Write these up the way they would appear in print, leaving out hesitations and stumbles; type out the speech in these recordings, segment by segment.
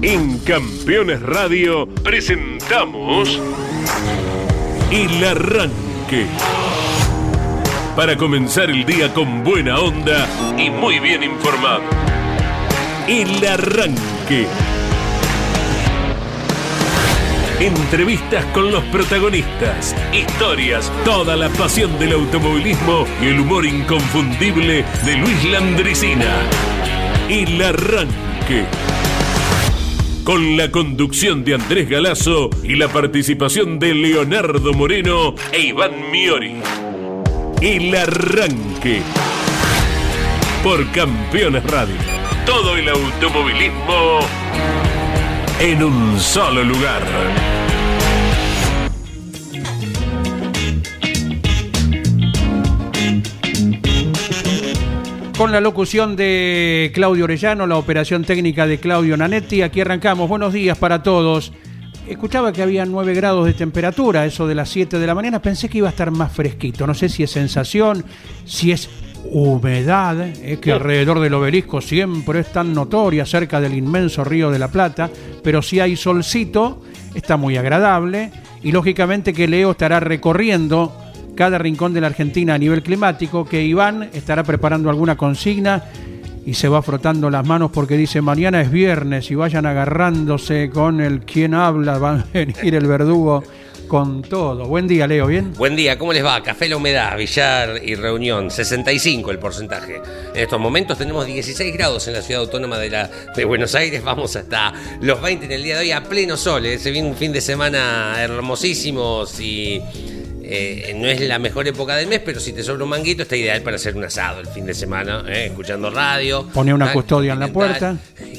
En Campeones Radio presentamos El Arranque. Para comenzar el día con buena onda y muy bien informado. El Arranque. Entrevistas con los protagonistas, historias, toda la pasión del automovilismo y el humor inconfundible de Luis Landricina. El Arranque. Con la conducción de Andrés Galazo y la participación de Leonardo Moreno e Iván Miori. El Arranque. Por Campeones Radio. Todo el automovilismo en un solo lugar. Con la locución de Claudio Orellano, la operación técnica de Claudio Nanetti, aquí arrancamos. Buenos días para todos. Escuchaba que había 9 grados de temperatura, eso de las 7 de la mañana. Pensé que iba a estar más fresquito. No sé si es sensación, si es humedad, que alrededor del obelisco siempre es tan notoria, cerca del inmenso río de la Plata, pero si hay solcito, está muy agradable, y lógicamente que Leo estará recorriendo cada rincón de la Argentina a nivel climático, que Iván estará preparando alguna consigna y se va frotando las manos porque dice mañana es viernes y vayan agarrándose con el quien habla, va a venir el verdugo con todo. Buen día, Leo, ¿bien? Buen día, ¿cómo les va? Café La Humedad, Villar y Reunión, 65 el porcentaje. En estos momentos tenemos 16 grados en la ciudad autónoma de Buenos Aires, vamos hasta los 20 en el día de hoy a pleno sol, Se viene un fin de semana hermosísimo y no es la mejor época del mes, pero si te sobra un manguito está ideal para hacer un asado el fin de semana, escuchando radio. Pone una custodia en la puerta.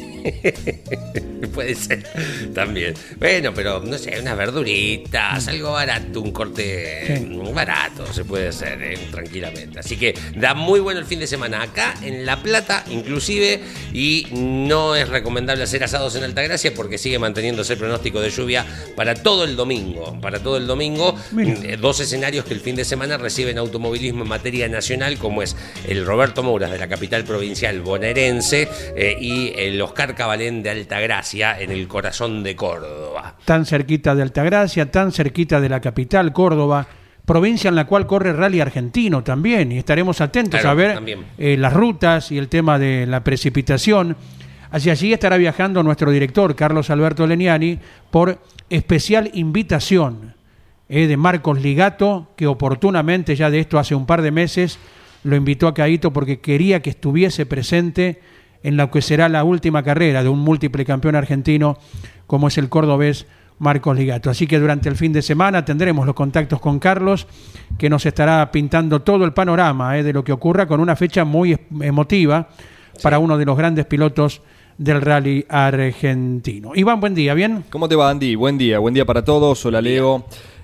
Puede ser también. Bueno, pero no sé, unas verduritas, algo barato, un corte barato se puede hacer tranquilamente. Así que da muy bueno el fin de semana acá en La Plata, inclusive, y no es recomendable hacer asados en Altagracia porque sigue manteniéndose el pronóstico de lluvia para todo el domingo. Para todo el domingo, 2 escenarios que el fin de semana reciben automovilismo en materia nacional, como es el Roberto Mouras de la capital provincial bonaerense y el Oscar Cabalén de Altagracia en el corazón de Córdoba. Tan cerquita de Altagracia, tan cerquita de la capital, Córdoba, provincia en la cual corre Rally Argentino también, y estaremos atentos a ver las rutas y el tema de la precipitación. Hacia allí estará viajando nuestro director, Carlos Alberto Leniani, por especial invitación de Marcos Ligato, que oportunamente, ya de esto hace un par de meses, lo invitó a Caíto porque quería que estuviese presente en lo que será la última carrera de un múltiple campeón argentino como es el cordobés Marcos Ligato. Así que durante el fin de semana tendremos los contactos con Carlos, que nos estará pintando todo el panorama de lo que ocurra con una fecha muy emotiva para uno de los grandes pilotos del rally argentino. Iván, buen día, ¿bien? ¿Cómo te va, Andy? Buen día para todos. Hola, Leo.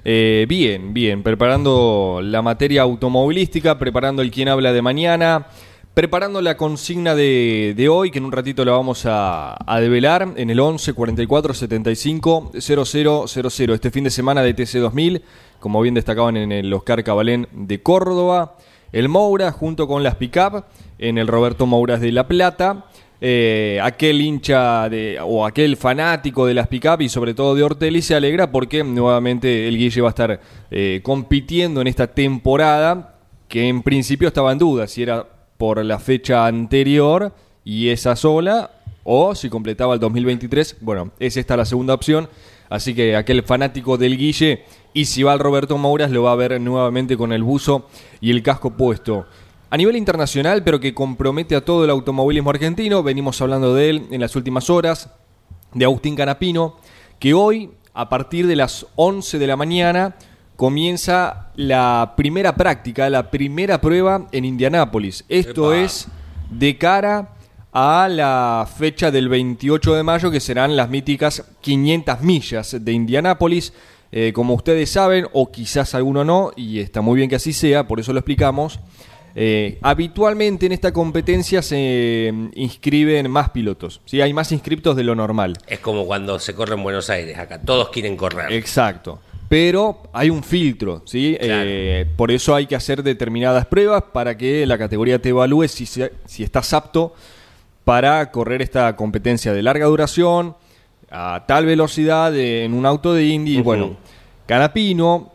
Bien, preparando la materia automovilística, preparando el quien habla de mañana, preparando la consigna de hoy, que en un ratito la vamos a develar en el 11 44 75 0000. Este fin de semana de TC2000, como bien destacaban en el Oscar Cabalén de Córdoba, el Moura junto con las pick-up en el Roberto Mouras de La Plata. Aquel hincha o aquel fanático de las pick-up y sobre todo de Ortelli se alegra porque nuevamente el Guille va a estar compitiendo en esta temporada, que en principio estaba en duda si era por la fecha anterior y esa sola, o si completaba el 2023. Bueno, es esta la segunda opción, así que aquel fanático del Guille, y si va al Roberto Mouras, lo va a ver nuevamente con el buzo y el casco puesto. A nivel internacional, pero que compromete a todo el automovilismo argentino, venimos hablando de él en las últimas horas, de Agustín Canapino, que hoy, a partir de las 11 de la mañana, comienza la primera práctica, la primera prueba en Indianápolis. Esto es de cara a la fecha del 28 de mayo, que serán las míticas 500 millas de Indianápolis. Como ustedes saben, o quizás alguno no, y está muy bien que así sea, por eso lo explicamos, habitualmente en esta competencia se inscriben más pilotos, ¿sí? Hay más inscriptos de lo normal. Es como cuando se corre en Buenos Aires, acá todos quieren correr. Exacto. Pero hay un filtro, ¿sí? Claro. Por eso hay que hacer determinadas pruebas para que la categoría te evalúe si estás apto para correr esta competencia de larga duración, a tal velocidad en un auto de Indy. Y bueno, Canapino,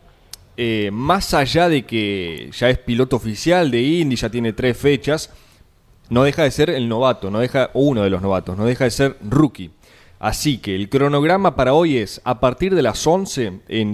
más allá de que ya es piloto oficial de Indy, ya tiene 3 fechas, no deja de ser el novato, uno de los novatos, no deja de ser rookie. Así que el cronograma para hoy es, a partir de las 11, en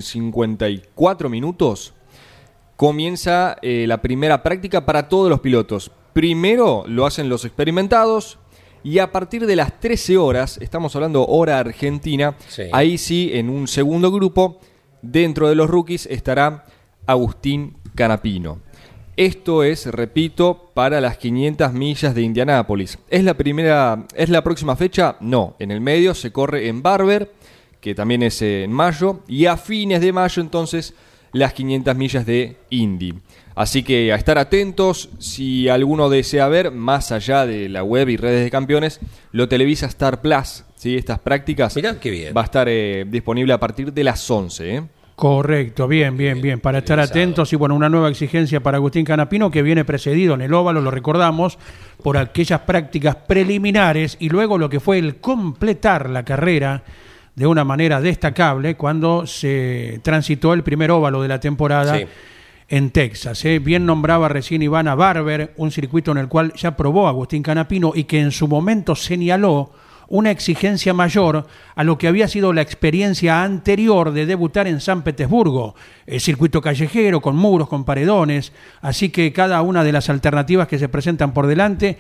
54 minutos, comienza la primera práctica para todos los pilotos. Primero lo hacen los experimentados y a partir de las 13 horas, estamos hablando hora argentina, ahí sí, en un segundo grupo, dentro de los rookies estará Agustín Canapino. Esto es, repito, para las 500 millas de Indianápolis. ¿Es la próxima fecha? No. En el medio se corre en Barber, que también es en mayo, y a fines de mayo entonces las 500 millas de Indy. Así que a estar atentos, si alguno desea ver, más allá de la web y redes de campeones, lo televisa Star Plus, ¿sí? Estas prácticas. Mirá qué bien. Va a estar disponible a partir de las 11, Correcto, bien, para estar atentos. Y bueno, una nueva exigencia para Agustín Canapino, que viene precedido en el óvalo, lo recordamos, por aquellas prácticas preliminares y luego lo que fue el completar la carrera de una manera destacable cuando se transitó el primer óvalo de la temporada en Texas. Bien nombraba recién Iván a Barber, un circuito en el cual ya probó Agustín Canapino y que en su momento señaló una exigencia mayor a lo que había sido la experiencia anterior de debutar en San Petersburgo, el circuito callejero, con muros, con paredones, así que cada una de las alternativas que se presentan por delante,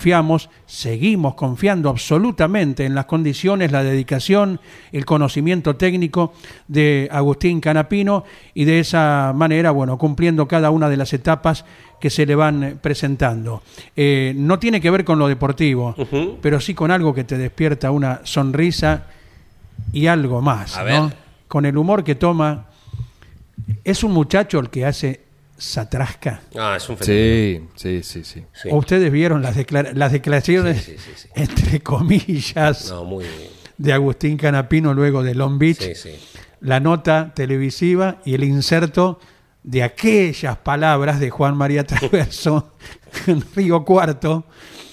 seguimos confiando absolutamente en las condiciones, la dedicación, el conocimiento técnico de Agustín Canapino y de esa manera, bueno, cumpliendo cada una de las etapas que se le van presentando. No tiene que ver con lo deportivo, pero sí con algo que te despierta una sonrisa y algo más, ¿no? Con el humor que toma. Es un muchacho el que hace Satrasca. Es un fenómeno. Sí. Ustedes vieron las declaraciones, sí. Entre comillas, de Agustín Canapino luego de Long Beach, la nota televisiva y el inserto de aquellas palabras de Juan María Traverso en Río Cuarto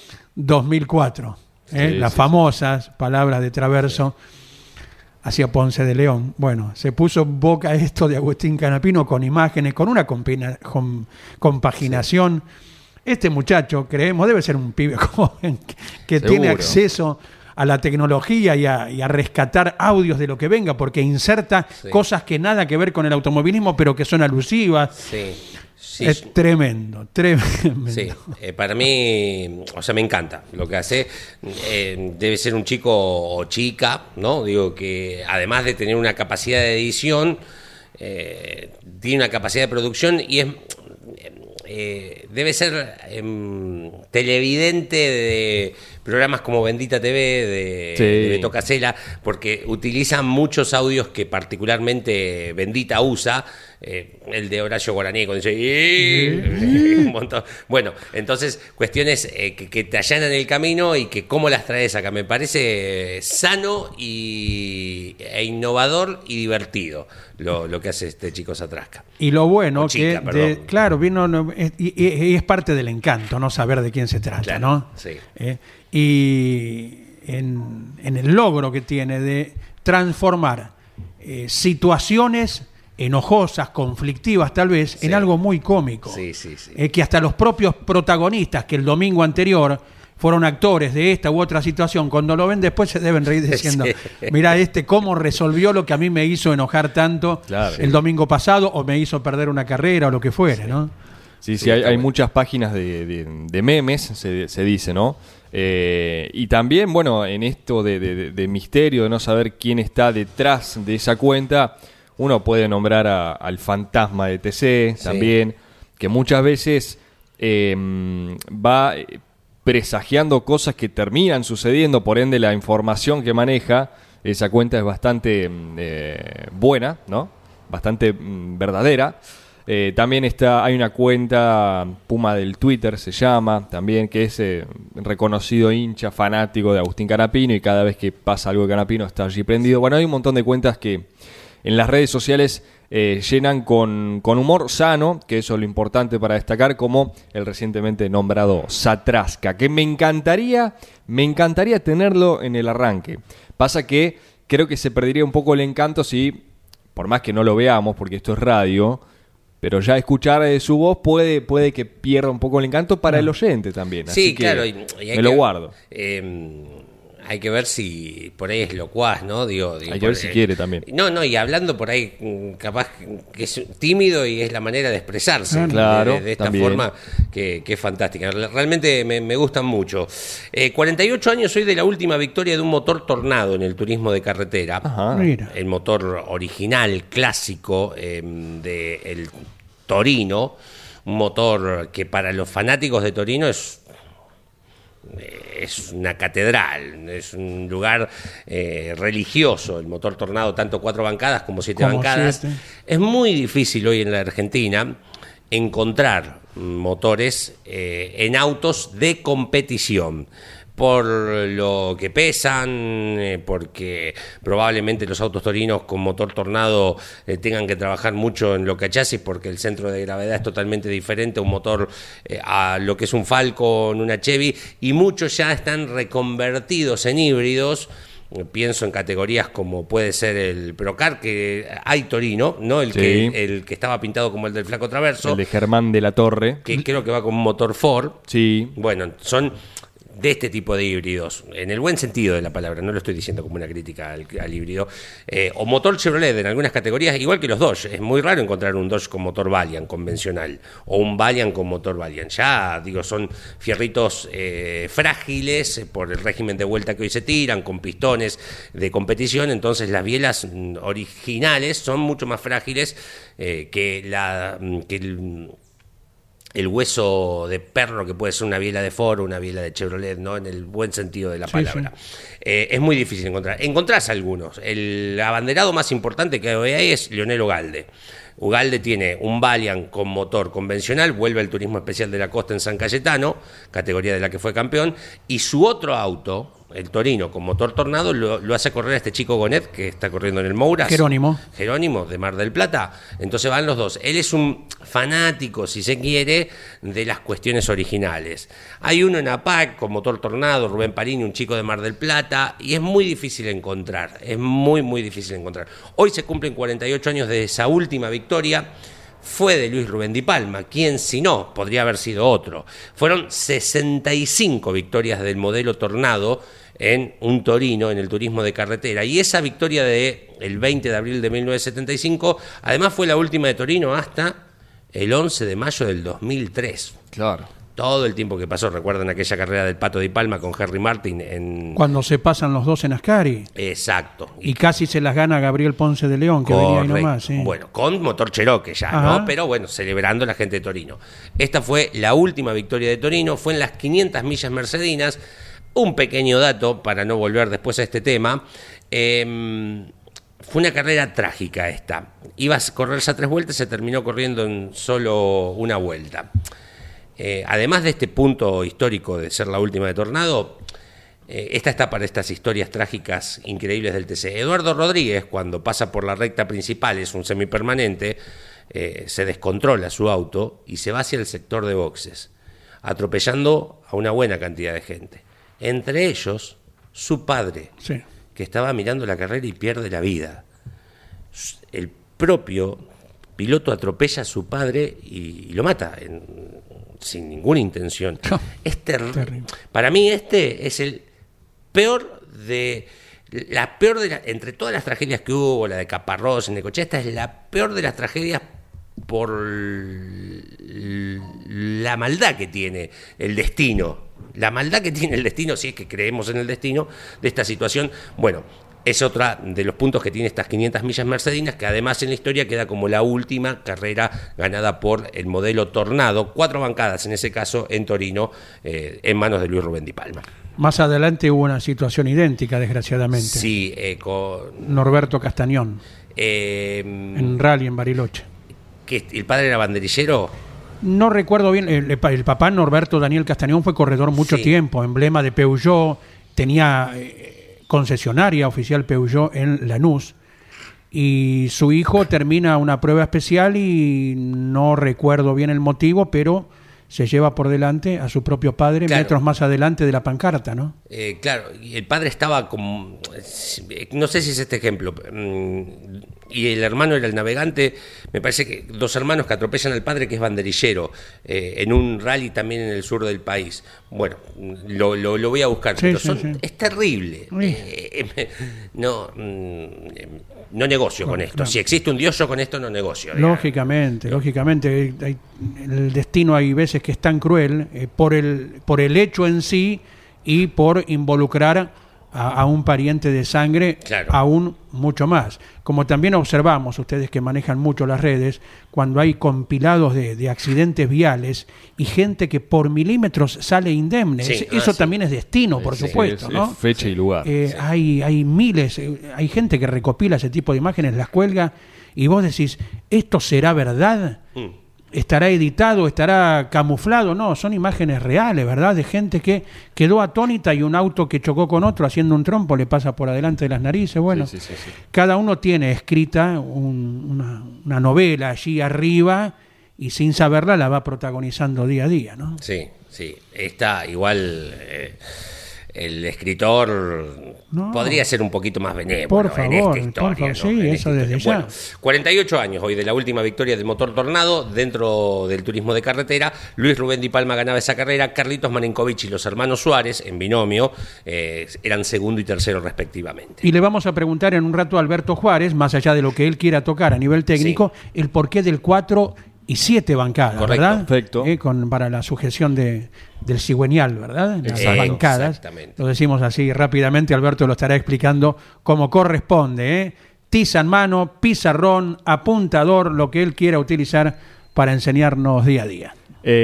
2004, las famosas palabras de Traverso hacia Ponce de León. Bueno, se puso en boca esto de Agustín Canapino con imágenes, con una compaginación. Este muchacho, creemos, debe ser un pibe joven que tiene acceso a la tecnología y a rescatar audios de lo que venga, porque inserta cosas que nada que ver con el automovilismo, pero que son alusivas. Es tremendo. Sí, para mí, me encanta lo que hace. Debe ser un chico o chica, ¿no? Digo que además de tener una capacidad de edición, tiene una capacidad de producción y debe ser televidente de programas como Bendita TV de Beto Casella, porque utilizan muchos audios que particularmente Bendita usa, el de Horacio Guaraní cuando dice un montón. Bueno, entonces cuestiones que te allanan el camino y que cómo las traes acá. Me parece sano e innovador y divertido lo que hace este chico Satrasca. Y lo bueno claro, vino y es parte del encanto, no saber de quién se trata, claro, ¿no? Sí. Y en el logro que tiene de transformar situaciones enojosas, conflictivas tal vez, en algo muy cómico. Sí. Que hasta los propios protagonistas que el domingo anterior fueron actores de esta u otra situación, cuando lo ven después se deben reír diciendo, mira cómo resolvió lo que a mí me hizo enojar tanto el domingo pasado o me hizo perder una carrera o lo que fuere, ¿no? Sí, hay muchas páginas de memes, se dice, ¿no? Y también, bueno, en esto de misterio, de no saber quién está detrás de esa cuenta, uno puede nombrar al fantasma de TC también, que muchas veces va presagiando cosas que terminan sucediendo, por ende la información que maneja esa cuenta es bastante buena, ¿no? Bastante verdadera. También hay una cuenta Puma del Twitter, se llama, también, que es reconocido hincha fanático de Agustín Canapino y cada vez que pasa algo de Canapino está allí prendido. Bueno, hay un montón de cuentas que en las redes sociales llenan con humor sano, que eso es lo importante para destacar, como el recientemente nombrado Satrasca, que me encantaría tenerlo en el arranque. Pasa que creo que se perdería un poco el encanto si, por más que no lo veamos, porque esto es radio, pero ya escuchar su voz puede que pierda un poco el encanto para el oyente también. Sí, así que claro. me lo guardo. Hay que ver si por ahí es locuaz, ¿no? Digo, hay que ver si quiere también. No, y hablando por ahí, capaz que es tímido y es la manera de expresarse. Claro, de esta también. forma que es fantástica. Realmente me gustan mucho. 48 años, soy de la última victoria de un motor Tornado en el turismo de carretera. Ajá. Mira. El motor original, clásico, del Torino. Un motor que para los fanáticos de Torino es una catedral, es un lugar religioso, el motor Tornado, tanto 4 bancadas como 7 bancadas. 7. Es muy difícil hoy en la Argentina encontrar motores en autos de competición, por lo que pesan, porque probablemente los autos torinos con motor Tornado tengan que trabajar mucho en lo que a chasis, porque el centro de gravedad es totalmente diferente a un motor a lo que es un Falcon, una Chevy, y muchos ya están reconvertidos en híbridos. Pienso en categorías como puede ser el Procar, que hay Torino, ¿no? El que estaba pintado como el del Flaco Traverso. El de Germán de la Torre. Que creo que va con un motor Ford. Sí. Bueno, son de este tipo de híbridos, en el buen sentido de la palabra, no lo estoy diciendo como una crítica al híbrido, o motor Chevrolet en algunas categorías, igual que los Dodge. Es muy raro encontrar un Dodge con motor Valiant convencional, o un Valiant con motor Valiant. Ya, digo, son fierritos frágiles por el régimen de vuelta que hoy se tiran, con pistones de competición, entonces las bielas originales son mucho más frágiles que el hueso de perro que puede ser una biela de Ford o una biela de Chevrolet, ¿no? En el buen sentido de la palabra. Sí. Es muy difícil encontrar. Encontrás algunos. El abanderado más importante que hoy hay es Leonel Ugalde. Ugalde tiene un Valiant con motor convencional, vuelve al turismo especial de la costa en San Cayetano, categoría de la que fue campeón, y su otro auto, el Torino con motor Tornado, lo hace correr a este chico Gonet, que está corriendo en el Mouras. Jerónimo, de Mar del Plata. Entonces van los dos. Él es un fanático, si se quiere, de las cuestiones originales. Hay uno en APAC con motor Tornado, Rubén Parini, un chico de Mar del Plata, y es muy difícil encontrar. Es muy, muy difícil encontrar. Hoy se cumplen 48 años de esa última victoria. Fue de Luis Rubén Di Palma, quien si no, podría haber sido otro. Fueron 65 victorias del modelo Tornado en un Torino, en el turismo de carretera. Y esa victoria del 20 de abril de 1975, además fue la última de Torino hasta el 11 de mayo del 2003. Claro. Todo el tiempo que pasó, recuerdan aquella carrera del Pato Di Palma con Henry Martin en... Cuando se pasan los dos en Ascari. Exacto. Y casi se las gana Gabriel Ponce de León, que venía ahí nomás. Sí. Bueno, con motor Cherokee ya, ¿no? Pero bueno, celebrando la gente de Torino. Esta fue la última victoria de Torino, fue en las 500 millas mercedinas. Un pequeño dato, para no volver después a este tema. Fue una carrera trágica esta. Iba a correrse a 3 vueltas, se terminó corriendo en solo una vuelta. Además de este punto histórico de ser la última de Tornado, esta está para estas historias trágicas increíbles del TC. Eduardo Rodríguez, cuando pasa por la recta principal, es un semipermanente, se descontrola su auto y se va hacia el sector de boxes, atropellando a una buena cantidad de gente. Entre ellos, su padre, sí, que estaba mirando la carrera y pierde la vida. El propio piloto atropella a su padre y lo mata sin ninguna intención. No, es terrible. Para mí este es el peor de... La peor de entre todas las tragedias que hubo, la de Caparrós, en Necochea, esta es la peor de las tragedias por la maldad que tiene el destino. La maldad que tiene el destino, si es que creemos en el destino de esta situación. Bueno, es otra de los puntos que tiene estas 500 millas mercedinas, que además en la historia queda como la última carrera ganada por el modelo Tornado, 4 bancadas en ese caso en Torino, en manos de Luis Rubén Di Palma. Más adelante hubo una situación idéntica, desgraciadamente. Sí, con Norberto Castañón, en rally en Bariloche. ¿Que el padre era banderillero? No recuerdo bien, el papá Norberto Daniel Castañón fue corredor mucho tiempo, emblema de Peugeot, tenía concesionaria oficial Peugeot en Lanús, y su hijo termina una prueba especial y no recuerdo bien el motivo, pero se lleva por delante a su propio padre, claro, metros más adelante de la pancarta, ¿no? Claro, y el padre estaba como, no sé si es este ejemplo, y el hermano era el navegante, me parece que 2 hermanos que atropellan al padre, que es banderillero, en un rally también en el sur del país. Bueno, lo voy a buscar, sí, pero es terrible. No negocio con esto. Claro. Si existe un Dios, yo con esto no negocio. Lógicamente. El destino hay veces que es tan cruel por el hecho en sí y por involucrar a un pariente de sangre, claro, aún mucho más. Como también observamos, ustedes que manejan mucho las redes, cuando hay compilados de accidentes viales y gente que por milímetros sale indemne. Sí, eso también es destino, por supuesto, ¿no? Es fecha y lugar. Hay miles, hay gente que recopila ese tipo de imágenes, las cuelga, y vos decís, ¿esto será verdad? ¿Estará editado? ¿Estará camuflado? No, son imágenes reales, ¿verdad? De gente que quedó atónita y un auto que chocó con otro haciendo un trompo le pasa por adelante de las narices. Bueno, sí. Cada uno tiene escrita una novela allí arriba y sin saberla la va protagonizando día a día, ¿no? Sí. Está igual... el escritor podría ser un poquito más benévolo, por favor, en esta historia. Por favor, sí, eso desde ya. Bueno, 48 años hoy de la última victoria del motor Tornado dentro del turismo de carretera. Luis Rubén Di Palma ganaba esa carrera. Carlitos Marinkovic y los hermanos Suárez, en binomio, eran segundo y tercero respectivamente. Y le vamos a preguntar en un rato a Alberto Juárez, más allá de lo que él quiera tocar a nivel técnico, el porqué del 4 y 7 bancadas, correcto, ¿verdad? Perfecto. Para la sujeción del cigüeñal, ¿verdad? Las bancadas. Lo decimos así rápidamente, Alberto lo estará explicando como corresponde, Tiza en mano, pizarrón, apuntador, lo que él quiera utilizar para enseñarnos día a día.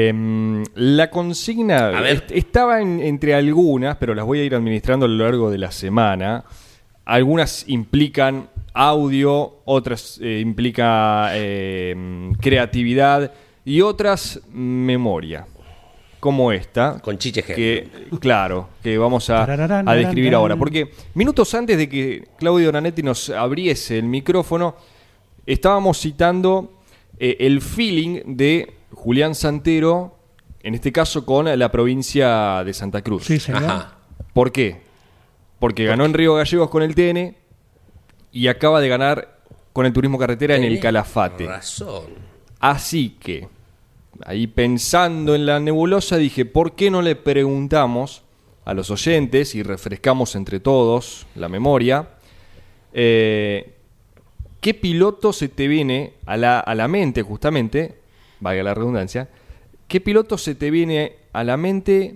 La consigna estaba entre algunas, pero las voy a ir administrando a lo largo de la semana. Algunas implican audio, otras implica creatividad y otras memoria, como esta, con Chiche que vamos a describir ahora, porque minutos antes de que Claudio Nanetti nos abriese el micrófono estábamos citando el feeling de Julián Santero, en este caso con la provincia de Santa Cruz. Sí, señor. Ajá. ¿Por qué? Porque ganó en Río Gallegos con el TN y acaba de ganar con el turismo carretera en el Calafate. Razón. Así que, ahí pensando en la nebulosa, dije, ¿por qué no le preguntamos a los oyentes y refrescamos entre todos la memoria? ¿Qué piloto se te viene a la mente, justamente, valga la redundancia, qué piloto se te viene a la mente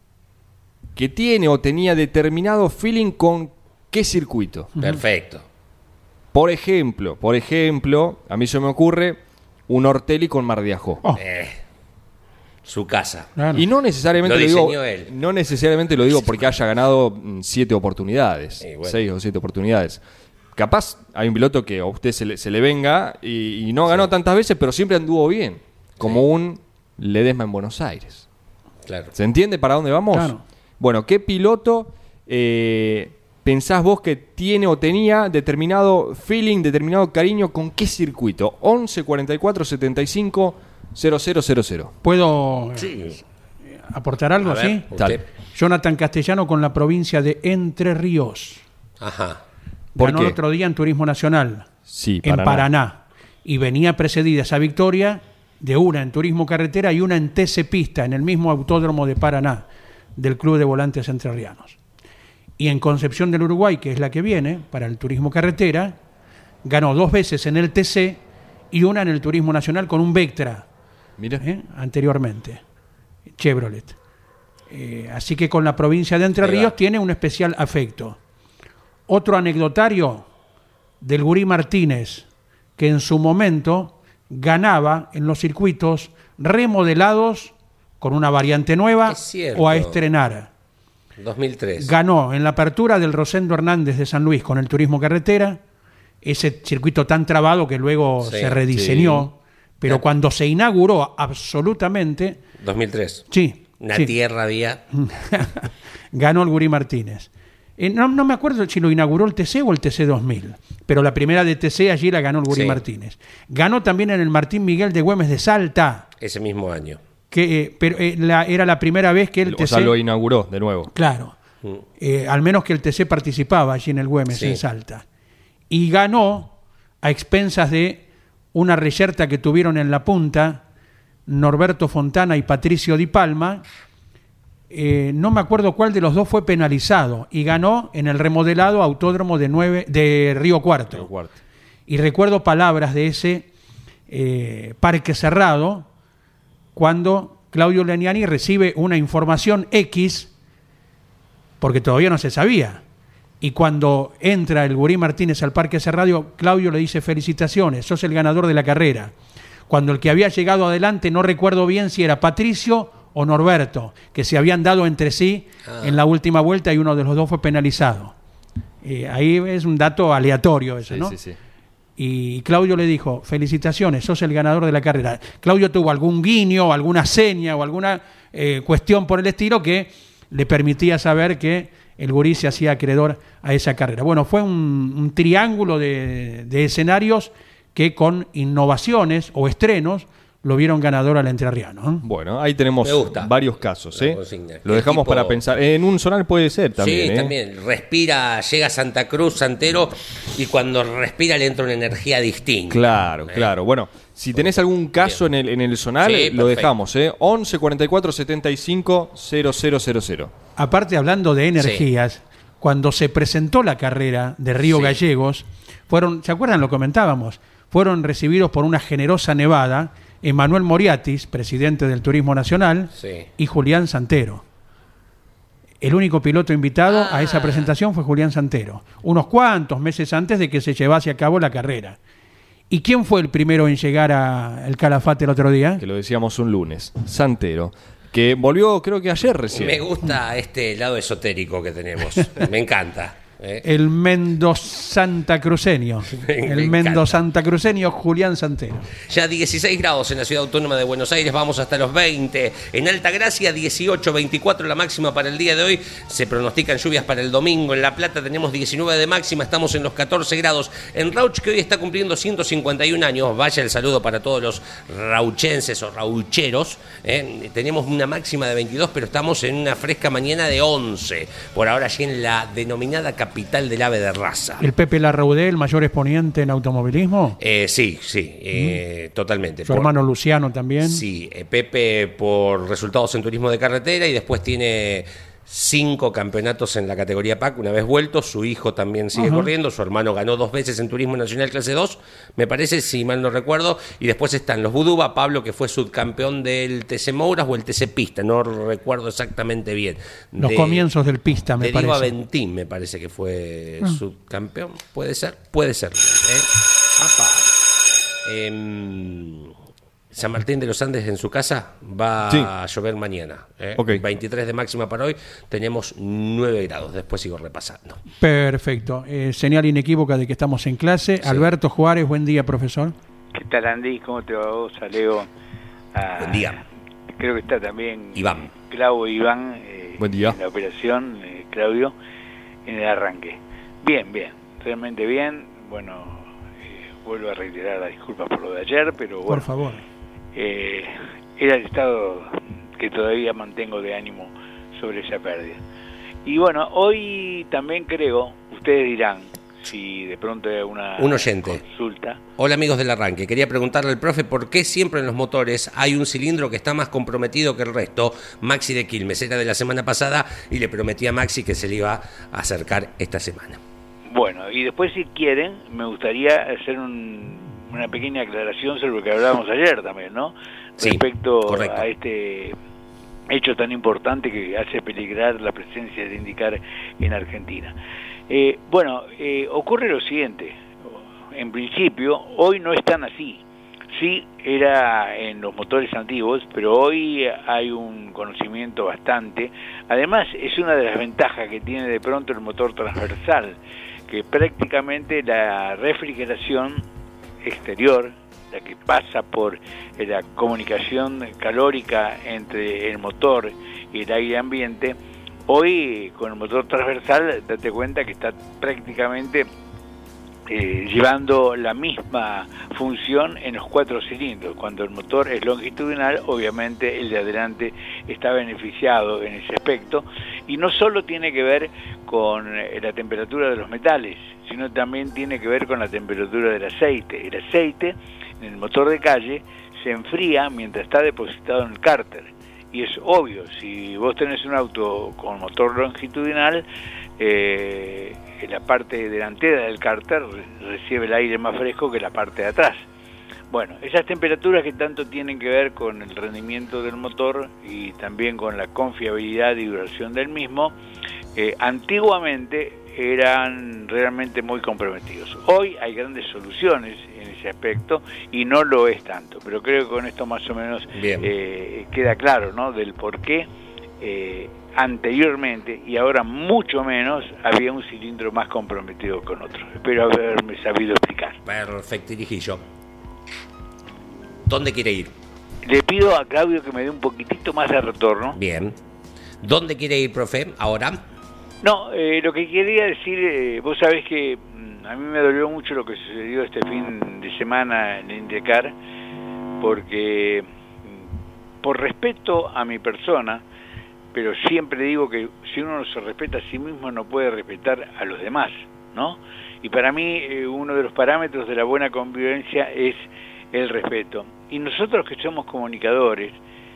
que tiene o tenía determinado feeling con qué circuito? Perfecto. Por ejemplo, a mí se me ocurre un Ortelli con Mar de Ajó. Su casa. Claro. Y no necesariamente lo digo porque haya ganado 7 oportunidades, 6 o 7 oportunidades. Capaz hay un piloto que a usted se le venga y no ganó tantas veces, pero siempre anduvo bien, como un Ledesma en Buenos Aires. Claro. ¿Se entiende para dónde vamos? Claro. Bueno, ¿qué piloto pensás vos que tiene o tenía determinado feeling, determinado cariño con qué circuito? 11 44 75 0000. ¿Puedo aportar algo así? Dale. Jonathan Castellano con la provincia de Entre Ríos. Ajá. Ganó el otro día en Turismo Nacional, sí, en Paraná. Y venía precedida esa victoria de una en Turismo Carretera y una en TC Pista, en el mismo autódromo de Paraná, del Club de Volantes Entrerrianos. Y en Concepción del Uruguay, que es la que viene, para el Turismo Carretera, ganó 2 veces en el TC y una en el Turismo Nacional con un Vectra. Mira. Anteriormente, Chevrolet. Así que con la provincia de Entre Ríos tiene un especial afecto. Otro anecdotario del Gurí Martínez, que en su momento ganaba en los circuitos remodelados con una variante nueva o a estrenar. 2003. Ganó en la apertura del Rosendo Hernández de San Luis con el Turismo Carretera, ese circuito tan trabado que luego se rediseñó, pero cuando se inauguró absolutamente... 2003. Sí. Una tierra había. Ganó el Gurí Martínez. No me acuerdo si lo inauguró el TC o el TC 2000, pero la primera de TC allí la ganó el Gurí Martínez. Ganó también en el Martín Miguel de Güemes de Salta. Ese mismo año. pero era la primera vez que el TC... O sea, lo inauguró de nuevo. Claro. Al menos que el TC participaba allí en el Güemes, en Salta. Y ganó a expensas de una reyerta que tuvieron en la punta Norberto Fontana y Patricio Di Palma. No me acuerdo cuál de los dos fue penalizado, y ganó en el remodelado autódromo de Río Cuarto. Y recuerdo palabras de ese parque cerrado cuando Claudio Legnani recibe una información X, porque todavía no se sabía. Y cuando entra el Gurí Martínez al parque cerrado, Claudio le dice: felicitaciones, sos el ganador de la carrera. Cuando el que había llegado adelante, no recuerdo bien si era Patricio o Norberto, que se habían dado entre sí en la última vuelta, y uno de los dos fue penalizado. Ahí es un dato aleatorio eso, ¿no? Sí. Y Claudio le dijo: felicitaciones, sos el ganador de la carrera. Claudio tuvo algún guiño, alguna seña o alguna cuestión por el estilo que le permitía saber que el Gurí se hacía acreedor a esa carrera. Bueno, fue un triángulo de escenarios que con innovaciones o estrenos lo vieron ganador al entrerriano. Bueno, ahí tenemos varios casos. Lo dejamos para pensar. En un zonal puede ser también. Sí, también. Respira, llega a Santa Cruz, Santero, y cuando respira le entra una energía distinta. Claro. Bueno, si tenés algún caso en el zonal, lo dejamos. 11 44 75 0000. Aparte, hablando de energías, cuando se presentó la carrera de Río Gallegos, ¿se acuerdan? Lo comentábamos. Fueron recibidos por una generosa nevada Emanuel Moriatis, presidente del Turismo Nacional, y Julián Santero. El único piloto invitado a esa presentación fue Julián Santero, unos cuantos meses antes de que se llevase a cabo la carrera. ¿Y quién fue el primero en llegar al Calafate el otro día? Que lo decíamos un lunes, Santero, que volvió creo que ayer recién. Me gusta este lado esotérico que tenemos, me encanta. El mendozantacruceño. El mendozantacruceño Julián Santero. Ya 16 grados en la Ciudad Autónoma de Buenos Aires, vamos hasta los 20. En Altagracia 18, 24 la máxima para el día de hoy. Se pronostican lluvias para el domingo. En La Plata tenemos 19 de máxima, estamos en los 14 grados. En Rauch, que hoy está cumpliendo 151 años, vaya el saludo para todos los rauchenses o raucheros. Tenemos una máxima de 22, pero estamos en una fresca mañana de 11. Por ahora allí en la denominada capital del ave de raza. ¿El Pepe Larraudé, el mayor exponente en automovilismo? Sí, totalmente. ¿Su hermano Luciano también? Sí, Pepe por resultados en turismo de carretera, y después tiene 5 campeonatos en la categoría PAC una vez vuelto. Su hijo también sigue corriendo. Su hermano ganó 2 veces en Turismo Nacional Clase 2, me parece, si mal no recuerdo. Y después están los Buduba, Pablo, que fue subcampeón del TC Mouras o el TC Pista, no recuerdo exactamente bien. Los comienzos del Pista, me parece. De Diego Aventín, me parece que fue subcampeón. ¿Puede ser? Puede ser. San Martín de los Andes, en su casa va a llover mañana. 23 de máxima para hoy, tenemos 9 grados, después sigo repasando. Perfecto, señal inequívoca de que estamos en clase. Alberto Juárez, buen día, profesor. ¿Qué tal, Andy? ¿Cómo te va vos, Leo? Buen día. Creo que está también Iván. Iván, buen día. En la operación, Claudio, en el arranque. Bien, realmente bien. Bueno, vuelvo a reiterar las disculpas por lo de ayer, pero bueno. Por favor. Era el estado que todavía mantengo de ánimo sobre esa pérdida. Y bueno, hoy también creo, ustedes dirán, si de pronto hay un oyente consulta. Hola, amigos del arranque, quería preguntarle al profe por qué siempre en los motores hay un cilindro que está más comprometido que el resto. Maxi de Quilmes era de la semana pasada y le prometí a Maxi que se le iba a acercar esta semana. Bueno, y después, si quieren, me gustaría hacer una pequeña aclaración sobre lo que hablábamos ayer también, ¿no? Sí, respecto correcto. A este hecho tan importante que hace peligrar la presencia de IndyCar en Argentina. Ocurre lo siguiente. En principio, hoy no es tan así. Sí, era en los motores antiguos, pero hoy hay un conocimiento bastante. Además, es una de las ventajas que tiene de pronto el motor transversal, que prácticamente la refrigeración exterior, la que pasa por la comunicación calórica entre el motor y el aire ambiente, hoy con el motor transversal date cuenta que está prácticamente llevando la misma función en los 4 cilindros. Cuando el motor es longitudinal, obviamente el de adelante está beneficiado en ese aspecto, y no solo tiene que ver con la temperatura de los metales, sino también tiene que ver con la temperatura del aceite. El aceite en el motor de calle se enfría mientras está depositado en el cárter, y es obvio, si vos tenés un auto con motor longitudinal, la parte delantera del cárter recibe el aire más fresco que la parte de atrás. Bueno, esas temperaturas que tanto tienen que ver con el rendimiento del motor y también con la confiabilidad y duración del mismo, antiguamente eran realmente muy comprometidos. Hoy hay grandes soluciones en ese aspecto y no lo es tanto, pero creo que con esto más o menos queda claro, ¿no?, del por qué anteriormente, y ahora mucho menos, había un cilindro más comprometido con otro. Espero haberme sabido explicar. Perfecto, Irijillo. ¿Dónde quiere ir? Le pido a Claudio que me dé un poquitito más de retorno. Bien. ¿Dónde quiere ir, profe, ahora? No, lo que quería decir, vos sabés que a mí me dolió mucho lo que sucedió este fin de semana en IndyCar, porque por respeto a mi persona, pero siempre digo que si uno no se respeta a sí mismo no puede respetar a los demás, ¿no? Y para mí uno de los parámetros de la buena convivencia es el respeto. Y nosotros que somos comunicadores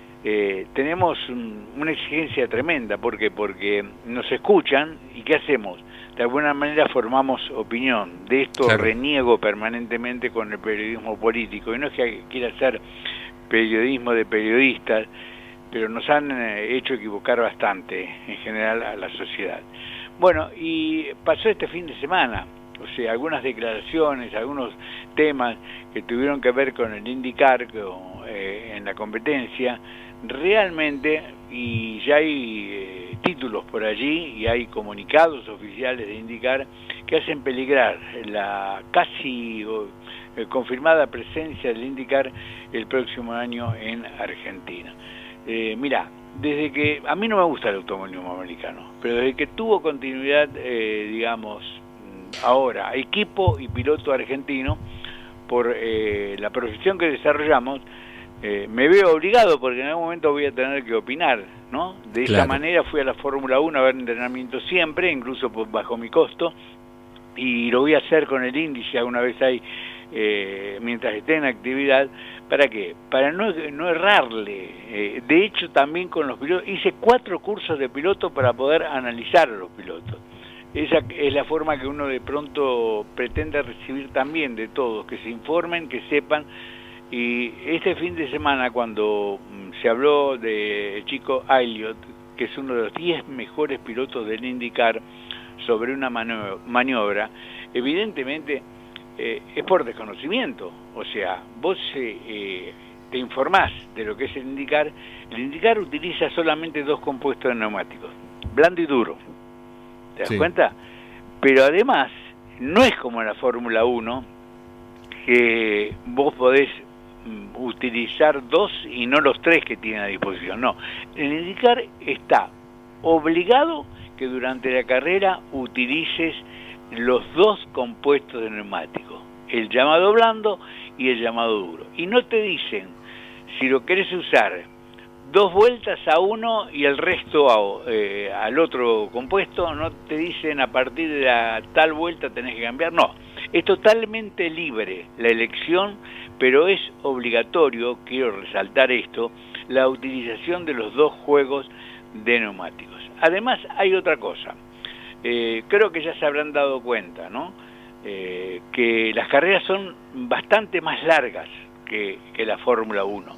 tenemos una exigencia tremenda. ¿Por qué? Porque nos escuchan y ¿qué hacemos? De alguna manera formamos opinión. De esto reniego permanentemente con el periodismo político. Y no es que quiera hacer periodismo de periodistas, pero nos han hecho equivocar bastante en general a la sociedad. Bueno, y pasó este fin de semana, o sea, algunas declaraciones, algunos temas que tuvieron que ver con el IndyCar en la competencia, realmente, y ya hay títulos por allí y hay comunicados oficiales de IndyCar que hacen peligrar la casi confirmada presencia del IndyCar el próximo año en Argentina. Mirá, desde que, a mí no me gusta el automovilismo americano, pero desde que tuvo continuidad, digamos, ahora, equipo y piloto argentino, por la profesión que desarrollamos, me veo obligado, porque en algún momento voy a tener que opinar, ¿no? De esa manera fui a la Fórmula 1 a ver entrenamiento siempre, incluso bajo mi costo, y lo voy a hacer con el Indy si alguna vez hay, mientras esté en actividad. ¿Para qué? Para no errarle. De hecho, también con los pilotos, hice 4 cursos de piloto para poder analizar a los pilotos. Esa es la forma que uno de pronto pretende recibir también de todos, que se informen, que sepan. Y este fin de semana, cuando se habló de Chico Elliott, que es uno de los 10 mejores pilotos del IndyCar, sobre una maniobra, evidentemente es por desconocimiento. O sea, vos te informás de lo que es el IndyCar. El IndyCar utiliza solamente 2 compuestos de neumáticos, blando y duro. ¿Te das cuenta? Pero además, no es como en la Fórmula 1, que vos podés utilizar 2 y no los 3 que tiene a disposición. No, el IndyCar está obligado que durante la carrera utilices los 2 compuestos de neumático, el llamado blando y el llamado duro. Y no te dicen, si lo querés usar 2 vueltas a uno y el resto al otro compuesto, no te dicen a partir de la tal vuelta tenés que cambiar. No, es totalmente libre la elección, pero es obligatorio, quiero resaltar esto, la utilización de los 2 juegos de neumáticos. Además, hay otra cosa. Creo que ya se habrán dado cuenta, ¿no? Que las carreras son bastante más largas que la Fórmula 1.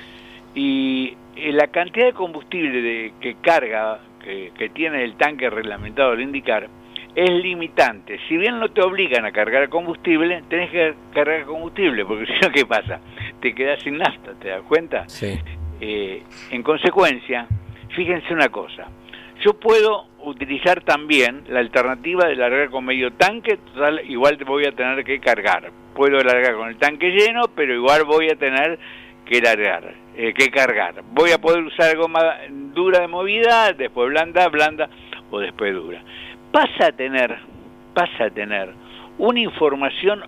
Y la cantidad de combustible que carga, que tiene el tanque reglamentado del IndyCar, es limitante. Si bien no te obligan a cargar combustible, tenés que cargar combustible, porque si no, ¿qué pasa? Te quedás sin nafta, ¿te das cuenta? Sí. En consecuencia, fíjense una cosa, yo puedo utilizar también la alternativa de largar con medio tanque, total, igual voy a tener que cargar. Puedo largar con el tanque lleno, pero igual voy a tener que cargar. Voy a poder usar goma dura de movida, después blanda o después dura. Pasa a tener una información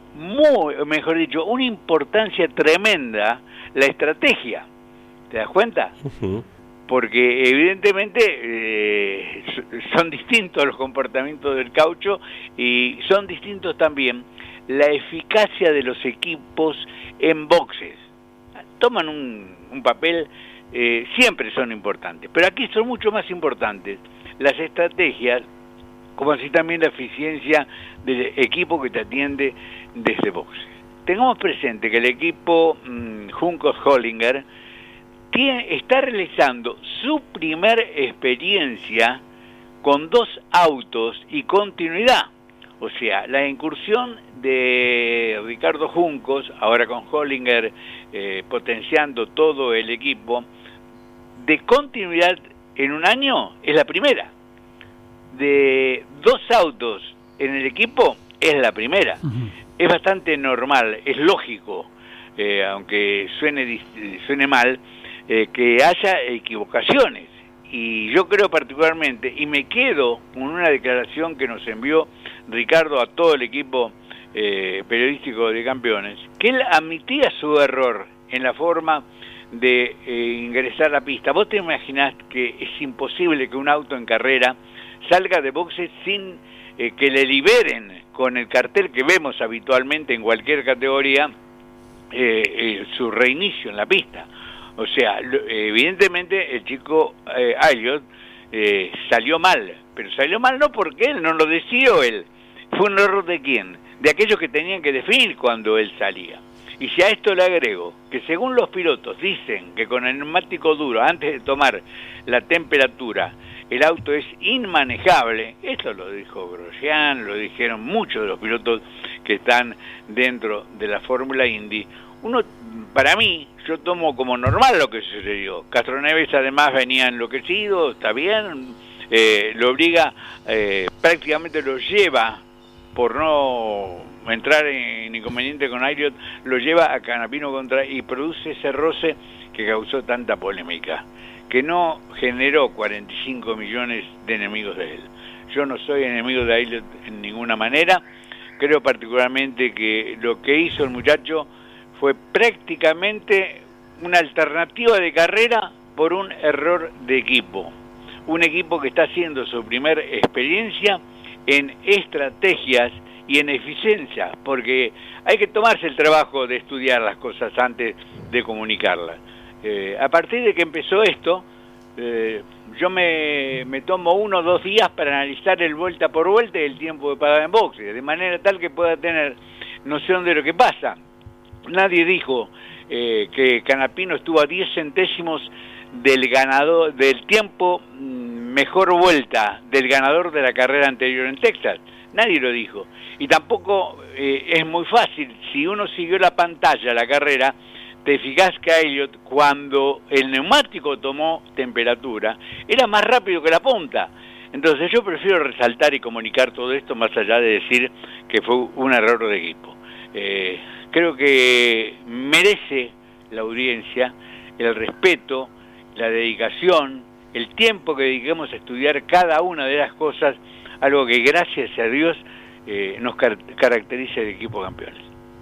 una importancia tremenda la estrategia. ¿Te das cuenta? Uh-huh. Porque evidentemente son distintos los comportamientos del caucho y son distintos también la eficacia de los equipos en boxes. Toman un papel, siempre son importantes, pero aquí son mucho más importantes las estrategias, como así también la eficiencia del equipo que te atiende desde boxes. Tengamos presente que el equipo Juncos Hollinger está realizando su primer experiencia con 2 autos y continuidad. O sea, la incursión de Ricardo Juncos, ahora con Hollinger potenciando todo el equipo, de continuidad en un año es la primera. De 2 autos en el equipo es la primera. Uh-huh. Es bastante normal, es lógico, aunque suene mal, que haya equivocaciones. Y yo creo particularmente, y me quedo con una declaración que nos envió Ricardo a todo el equipo periodístico de Campeones, que él admitía su error en la forma de ingresar a la pista. Vos te imaginás que es imposible que un auto en carrera salga de boxes sin que le liberen con el cartel que vemos habitualmente en cualquier categoría su reinicio en la pista. O sea, evidentemente el chico Elliot salió mal, pero salió mal no porque él, no lo decidió él. ¿Fue un error de quién? De aquellos que tenían que definir cuando él salía. Y si a esto le agrego que según los pilotos dicen que con el neumático duro, antes de tomar la temperatura, el auto es inmanejable, esto lo dijo Grosjean, lo dijeron muchos de los pilotos que están dentro de la Fórmula Indy. Para mí, yo tomo como normal lo que sucedió. Castroneves además venía enloquecido, está bien, lo obliga, prácticamente lo lleva, por no entrar en inconveniente con Elliot, lo lleva a Canapino y produce ese roce que causó tanta polémica, que no generó 45 millones de enemigos de él. Yo no soy enemigo de Elliot en ninguna manera, creo particularmente que lo que hizo el muchacho fue prácticamente una alternativa de carrera por un error de equipo. Un equipo que está haciendo su primer experiencia en estrategias y en eficiencia, porque hay que tomarse el trabajo de estudiar las cosas antes de comunicarlas. A partir de que empezó esto, yo me tomo 1 o 2 días para analizar el vuelta por vuelta y el tiempo de parada en boxe, de manera tal que pueda tener noción de lo que pasa. Nadie dijo que Canapino estuvo a 10 centésimos del ganador, del tiempo mejor vuelta del ganador de la carrera anterior en Texas. Nadie lo dijo. Y tampoco es muy fácil. Si uno siguió la pantalla, la carrera, te fijás que Elliot, cuando el neumático tomó temperatura, era más rápido que la punta. Entonces yo prefiero resaltar y comunicar todo esto más allá de decir que fue un error de equipo. Creo que merece la audiencia el respeto, la dedicación, el tiempo que dediquemos a estudiar cada una de las cosas, algo que gracias a Dios nos caracteriza el equipo Campeones.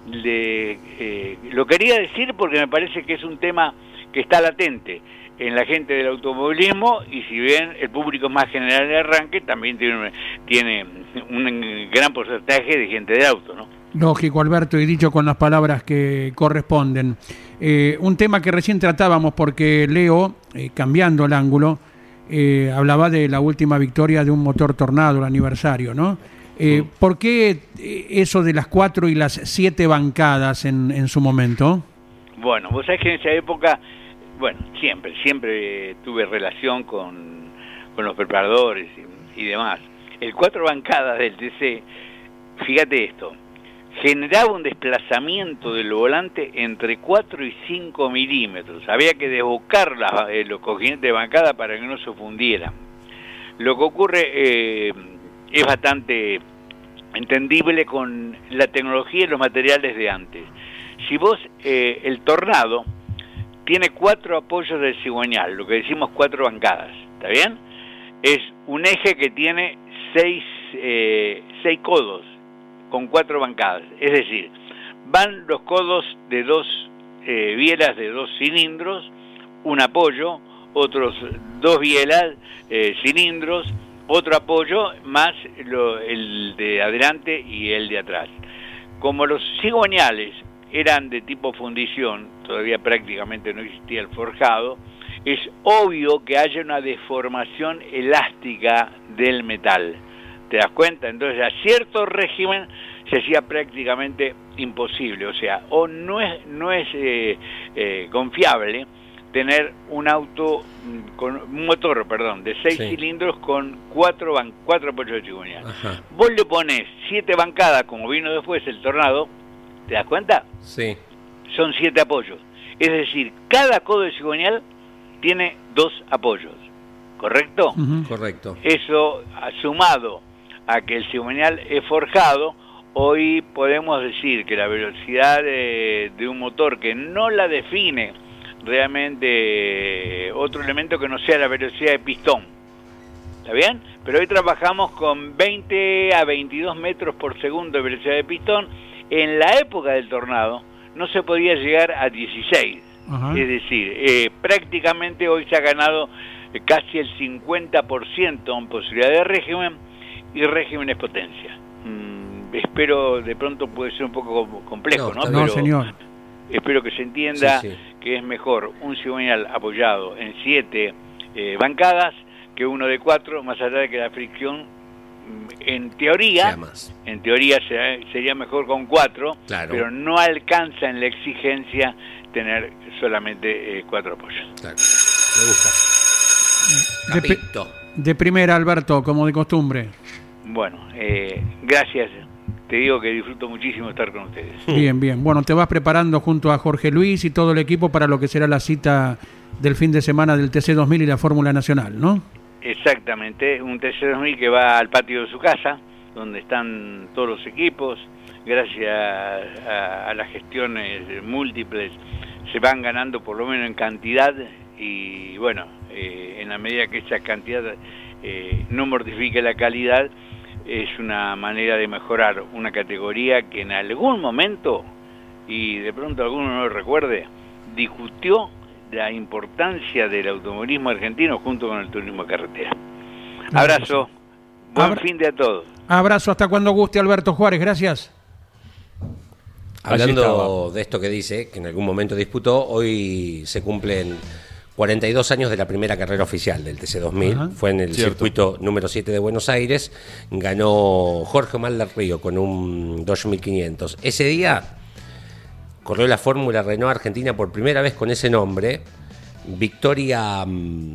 Lo quería decir porque me parece que es un tema que está latente en la gente del automovilismo, y si bien el público más general de arranque, también tiene un gran porcentaje de gente de auto, ¿no? Lógico, Alberto, y dicho con las palabras que corresponden. Un tema que recién tratábamos, porque Leo, cambiando el ángulo, hablaba de la última victoria de un motor Tornado, el aniversario, ¿no? ¿Por qué eso de las 4 y las 7 bancadas en su momento? Bueno, vos sabés que en esa época, bueno, siempre tuve relación con los preparadores y demás. El 4 bancadas del TC, fíjate esto, generaba un desplazamiento del volante entre 4 y 5 milímetros. Había que desbocar los cojines de bancada para que no se fundieran. Lo que ocurre es bastante entendible con la tecnología y los materiales de antes. Si vos, el Tornado tiene 4 apoyos del cigüeñal, lo que decimos 4 bancadas, ¿está bien? Es un eje que tiene 6 codos, con 4 bancadas. Es decir, van los codos de 2 bielas de 2 cilindros, un apoyo, otros 2 bielas, cilindros, otro apoyo, más el de adelante y el de atrás. Como los cigüeñales eran de tipo fundición, todavía prácticamente no existía el forjado, es obvio que haya una deformación elástica del metal. ¿Te das cuenta? Entonces, a cierto régimen se hacía prácticamente imposible. O sea, o no es confiable tener un auto con un motor, de 6 cilindros con 4 apoyos de cigüeñal. Vos le pones 7 bancadas, como vino después el Tornado, ¿te das cuenta? Sí. Son 7 apoyos. Es decir, cada codo de cigüeñal tiene 2 apoyos, ¿correcto? Correcto. Eso, sumado a que el cigüeñal es forjado, hoy podemos decir que la velocidad de un motor que no la define realmente otro elemento que no sea la velocidad de pistón, ¿está bien? Pero hoy trabajamos con 20 a 22 metros por segundo de velocidad de pistón. En la época del Tornado no se podía llegar a 16. Es decir, prácticamente hoy se ha ganado casi el 50% en posibilidad de régimen, y régimen es potencia. Espero, de pronto puede ser un poco complejo, ¿no? No, señor. Espero que se entienda que es mejor un cigüeñal apoyado en 7 bancadas que uno de 4, más allá de que la fricción en teoría sería mejor con 4, pero no alcanza en la exigencia tener solamente 4 apoyos. Claro. Me gusta. De primera, Alberto, como de costumbre. Bueno, gracias. Te digo que disfruto muchísimo estar con ustedes. Bien, bien. Bueno, te vas preparando junto a Jorge Luis y todo el equipo para lo que será la cita del fin de semana del TC2000 y la Fórmula Nacional, ¿no? Exactamente, un TC2000 que va al patio de su casa, donde están todos los equipos. Gracias a las gestiones múltiples se van ganando por lo menos en cantidad, y bueno, en la medida que esa cantidad no mortifique la calidad, es una manera de mejorar una categoría que en algún momento, y de pronto alguno no lo recuerde, discutió la importancia del automovilismo argentino junto con el turismo de carretera. Abrazo, buen fin de a todos. Abrazo, hasta cuando guste, Alberto Juárez, gracias. Hablando de esto que dice, que en algún momento disputó, hoy se cumplen 42 años de la primera carrera oficial del TC2000. Fue en el circuito número 7 de Buenos Aires. Ganó Jorge Omar del Río con un Dodge 1500. Ese día corrió la Fórmula Renault Argentina por primera vez con ese nombre. Victoria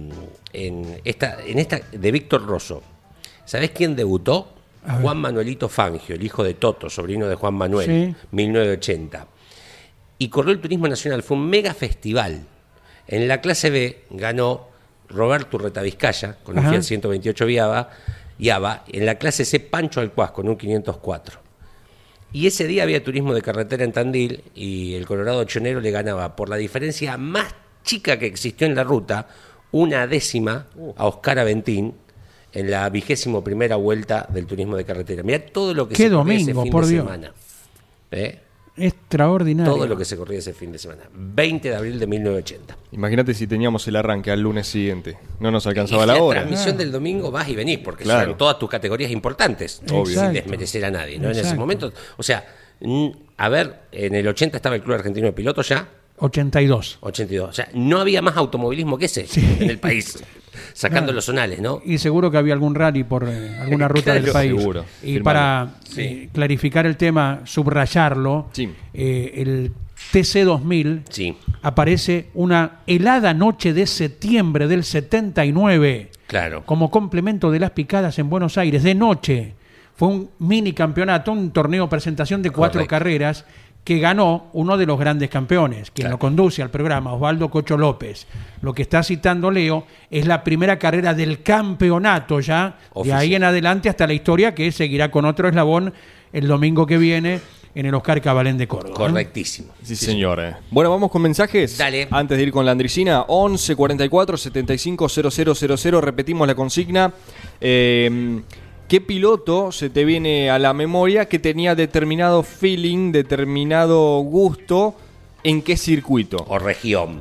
en esta de Víctor Rosso. ¿Sabés quién debutó? Juan Manuelito Fangio, el hijo de Toto, sobrino de Juan Manuel, 1980. Y corrió el Turismo Nacional. Fue un mega festival. En la clase B ganó Roberto Urreta Vizcaya con un Fiat 128 Yaba. En la clase C, Pancho Alcuaz con un 504. Y ese día había turismo de carretera en Tandil y el Colorado Chonero le ganaba por la diferencia más chica que existió en la ruta, 1/10 a Oscar Aventín en la 21ª vuelta del turismo de carretera. Mirá todo lo que se corría ese fin de semana. Extraordinario. Todo lo que se corría ese fin de semana. 20 de abril de 1980. Imagínate si teníamos el arranque al lunes siguiente. No nos alcanzaba la hora. La transmisión del domingo vas y venís, porque son todas tus categorías importantes. Obvio. Sin desmerecer a nadie, ¿no? En ese momento, o sea, a ver, en el 80 estaba el Club Argentino de Pilotos ya. 82. O sea, no había más automovilismo que ese en el país. Sacando los zonales, ¿no? Y seguro que había algún rally por alguna ruta del país. Seguro. Y para clarificar el tema, subrayarlo, el TC2000 aparece una helada noche de septiembre del 79 como complemento de las picadas en Buenos Aires, de noche. Fue un mini campeonato, un torneo presentación de 4 carreras que ganó uno de los grandes campeones, quien lo conduce al programa, Osvaldo Cocho López. Lo que está citando Leo es la primera carrera del campeonato ya, de ahí en adelante hasta la historia, que seguirá con otro eslabón el domingo que viene en el Oscar Cabalén de Córdoba. Correctísimo. Sí, señor. Bueno, vamos con mensajes. Dale. Antes de ir con la Andricina, 11 44 75 0000, repetimos la consigna. ¿qué piloto se te viene a la memoria que tenía determinado feeling, determinado gusto en qué circuito? O región,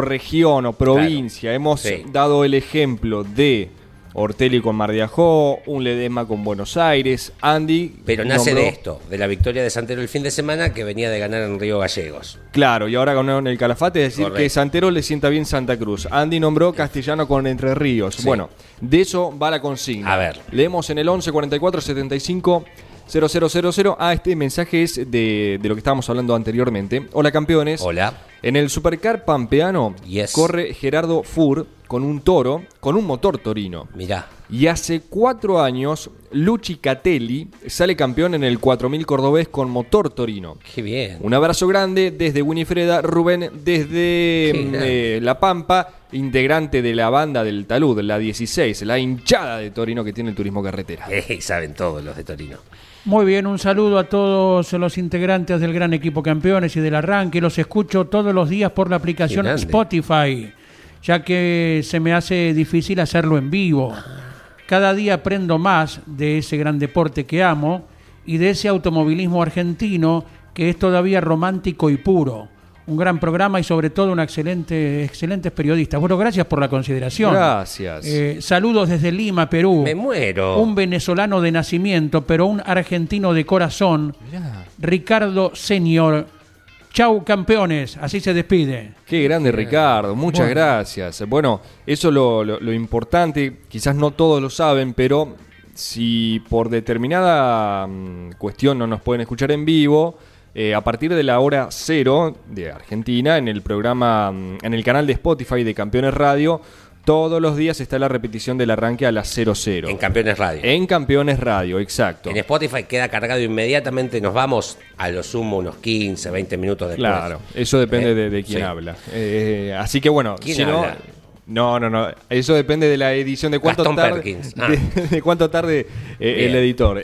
o provincia. Claro. Hemos dado el ejemplo de Ortelli con Mar de Ajó, un Ledesma con Buenos Aires, Andy... Pero nace de esto, de la victoria de Santero el fin de semana, que venía de ganar en Río Gallegos. Claro, y ahora ganó en el Calafate, es decir, correcto, que Santero le sienta bien Santa Cruz. Andy nombró Castellano con Entre Ríos. Sí. Bueno, de eso va la consigna. A ver. Leemos en el 11 44 75 0000. Este mensaje es de lo que estábamos hablando anteriormente. Hola, campeones. Hola. En el Supercar Pampeano corre Gerardo Fur con un toro, con un motor Torino. Mirá. Y hace 4 años, Luchi Catelli sale campeón en el 4000 cordobés con motor Torino. Qué bien. Un abrazo grande desde Winifreda, Rubén desde La Pampa, integrante de la banda del Talud, la 16, la hinchada de Torino que tiene el turismo carretera. Saben todos los de Torino. Muy bien, un saludo a todos los integrantes del gran equipo Campeones y del Arranque. Los escucho todos los días por la aplicación Spotify, ya que se me hace difícil hacerlo en vivo. Cada día aprendo más de ese gran deporte que amo y de ese automovilismo argentino que es todavía romántico y puro. Un gran programa y sobre todo excelentes periodistas. Bueno, gracias por la consideración. Gracias. Saludos desde Lima, Perú. Me muero. Un venezolano de nacimiento, pero un argentino de corazón. Mirá. Ricardo Senior. Chau, campeones. Así se despide. Qué grande, Ricardo. Muchas gracias. Bueno, eso es lo importante. Quizás no todos lo saben, pero si por determinada cuestión no nos pueden escuchar en vivo... a partir de la hora 0 de Argentina, en el programa, en el canal de Spotify de Campeones Radio, todos los días está la repetición del arranque a las 00. En Campeones Radio. En Campeones Radio, exacto. En Spotify queda cargado inmediatamente, nos vamos a lo sumo unos 15, 20 minutos después. Claro, eso depende de quién habla. Así que bueno, si no... No. Eso depende de la edición, de cuánto tarde, de cuánto tarde el editor.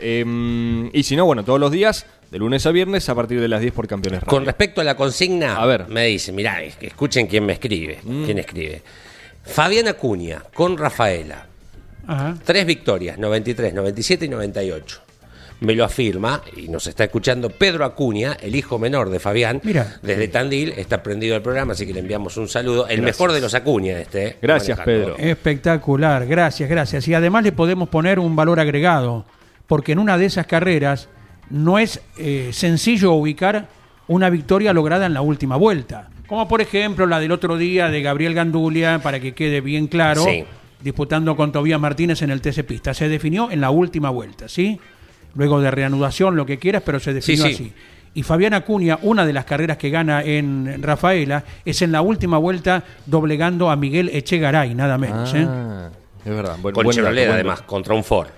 Y si no, bueno, todos los días, de lunes a viernes, a partir de las 10 por Campeones Radio. Con respecto a la consigna, a ver, me dice, mirá, escuchen quién me escribe. ¿Quién escribe? Fabián Acuña, con Rafaela. Ajá. 3 victorias, 93, 97 y 98. Me lo afirma, y nos está escuchando Pedro Acuña, el hijo menor de Fabián. Mira. Desde Tandil, está prendido el programa, así que le enviamos un saludo. El mejor de los Acuña Gracias, manejando. Pedro. Espectacular, gracias. Y además le podemos poner un valor agregado, porque en una de esas carreras no es sencillo ubicar una victoria lograda en la última vuelta. Como por ejemplo la del otro día de Gabriel Gandulia, para que quede bien claro, disputando con Tobías Martínez en el TC Pista. Se definió en la última vuelta, ¿sí? Luego de reanudación, lo que quieras, pero se definió así. Y Fabián Acuña, una de las carreras que gana en Rafaela, es en la última vuelta doblegando a Miguel Echegaray, nada menos. Es verdad. Con Chevrolet, además, contra un Ford.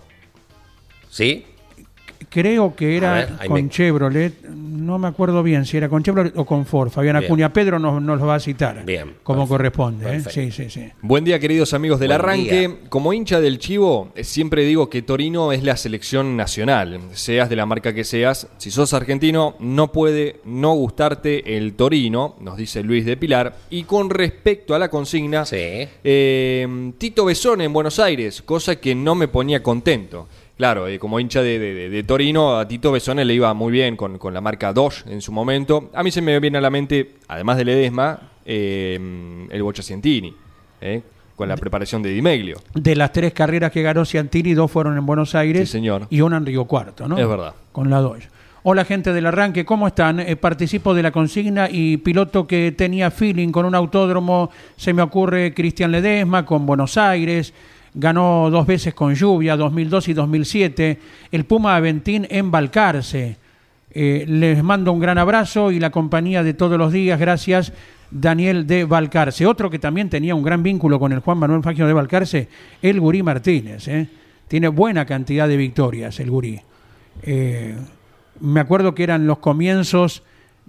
¿Sí? Creo que era con Chevrolet, no me acuerdo bien si era con Chevrolet o con Ford. Fabián Acuña, Pedro nos lo va a citar como corresponde. Sí. Buen día, queridos amigos del Arranque. Como hincha del Chivo, siempre digo que Torino es la selección nacional. Seas de la marca que seas, si sos argentino, no puede no gustarte el Torino, nos dice Luis de Pilar. Y con respecto a la consigna, Tito Besone en Buenos Aires, cosa que no me ponía contento. Claro, como hincha de Torino, a Tito Besone le iba muy bien con la marca Dodge en su momento. A mí se me viene a la mente, además de Ledesma, el Bocha Cientini, con la preparación de Di Meglio. De las 3 carreras que ganó Cientini, 2 fueron en Buenos Aires, sí, señor, y una en Río Cuarto, ¿no? Es verdad. Con la Dodge. Hola, gente del Arranque, ¿cómo están? Participo de la consigna y piloto que tenía feeling con un autódromo, se me ocurre Cristian Ledesma con Buenos Aires. Ganó 2 veces con lluvia, 2002 y 2007. El Puma Aventín en Balcarce. Les mando un gran abrazo y la compañía de todos los días. Gracias, Daniel de Balcarce. Otro que también tenía un gran vínculo con el Juan Manuel Fangio de Balcarce, el Gurí Martínez. Tiene buena cantidad de victorias el Gurí. Me acuerdo que eran los comienzos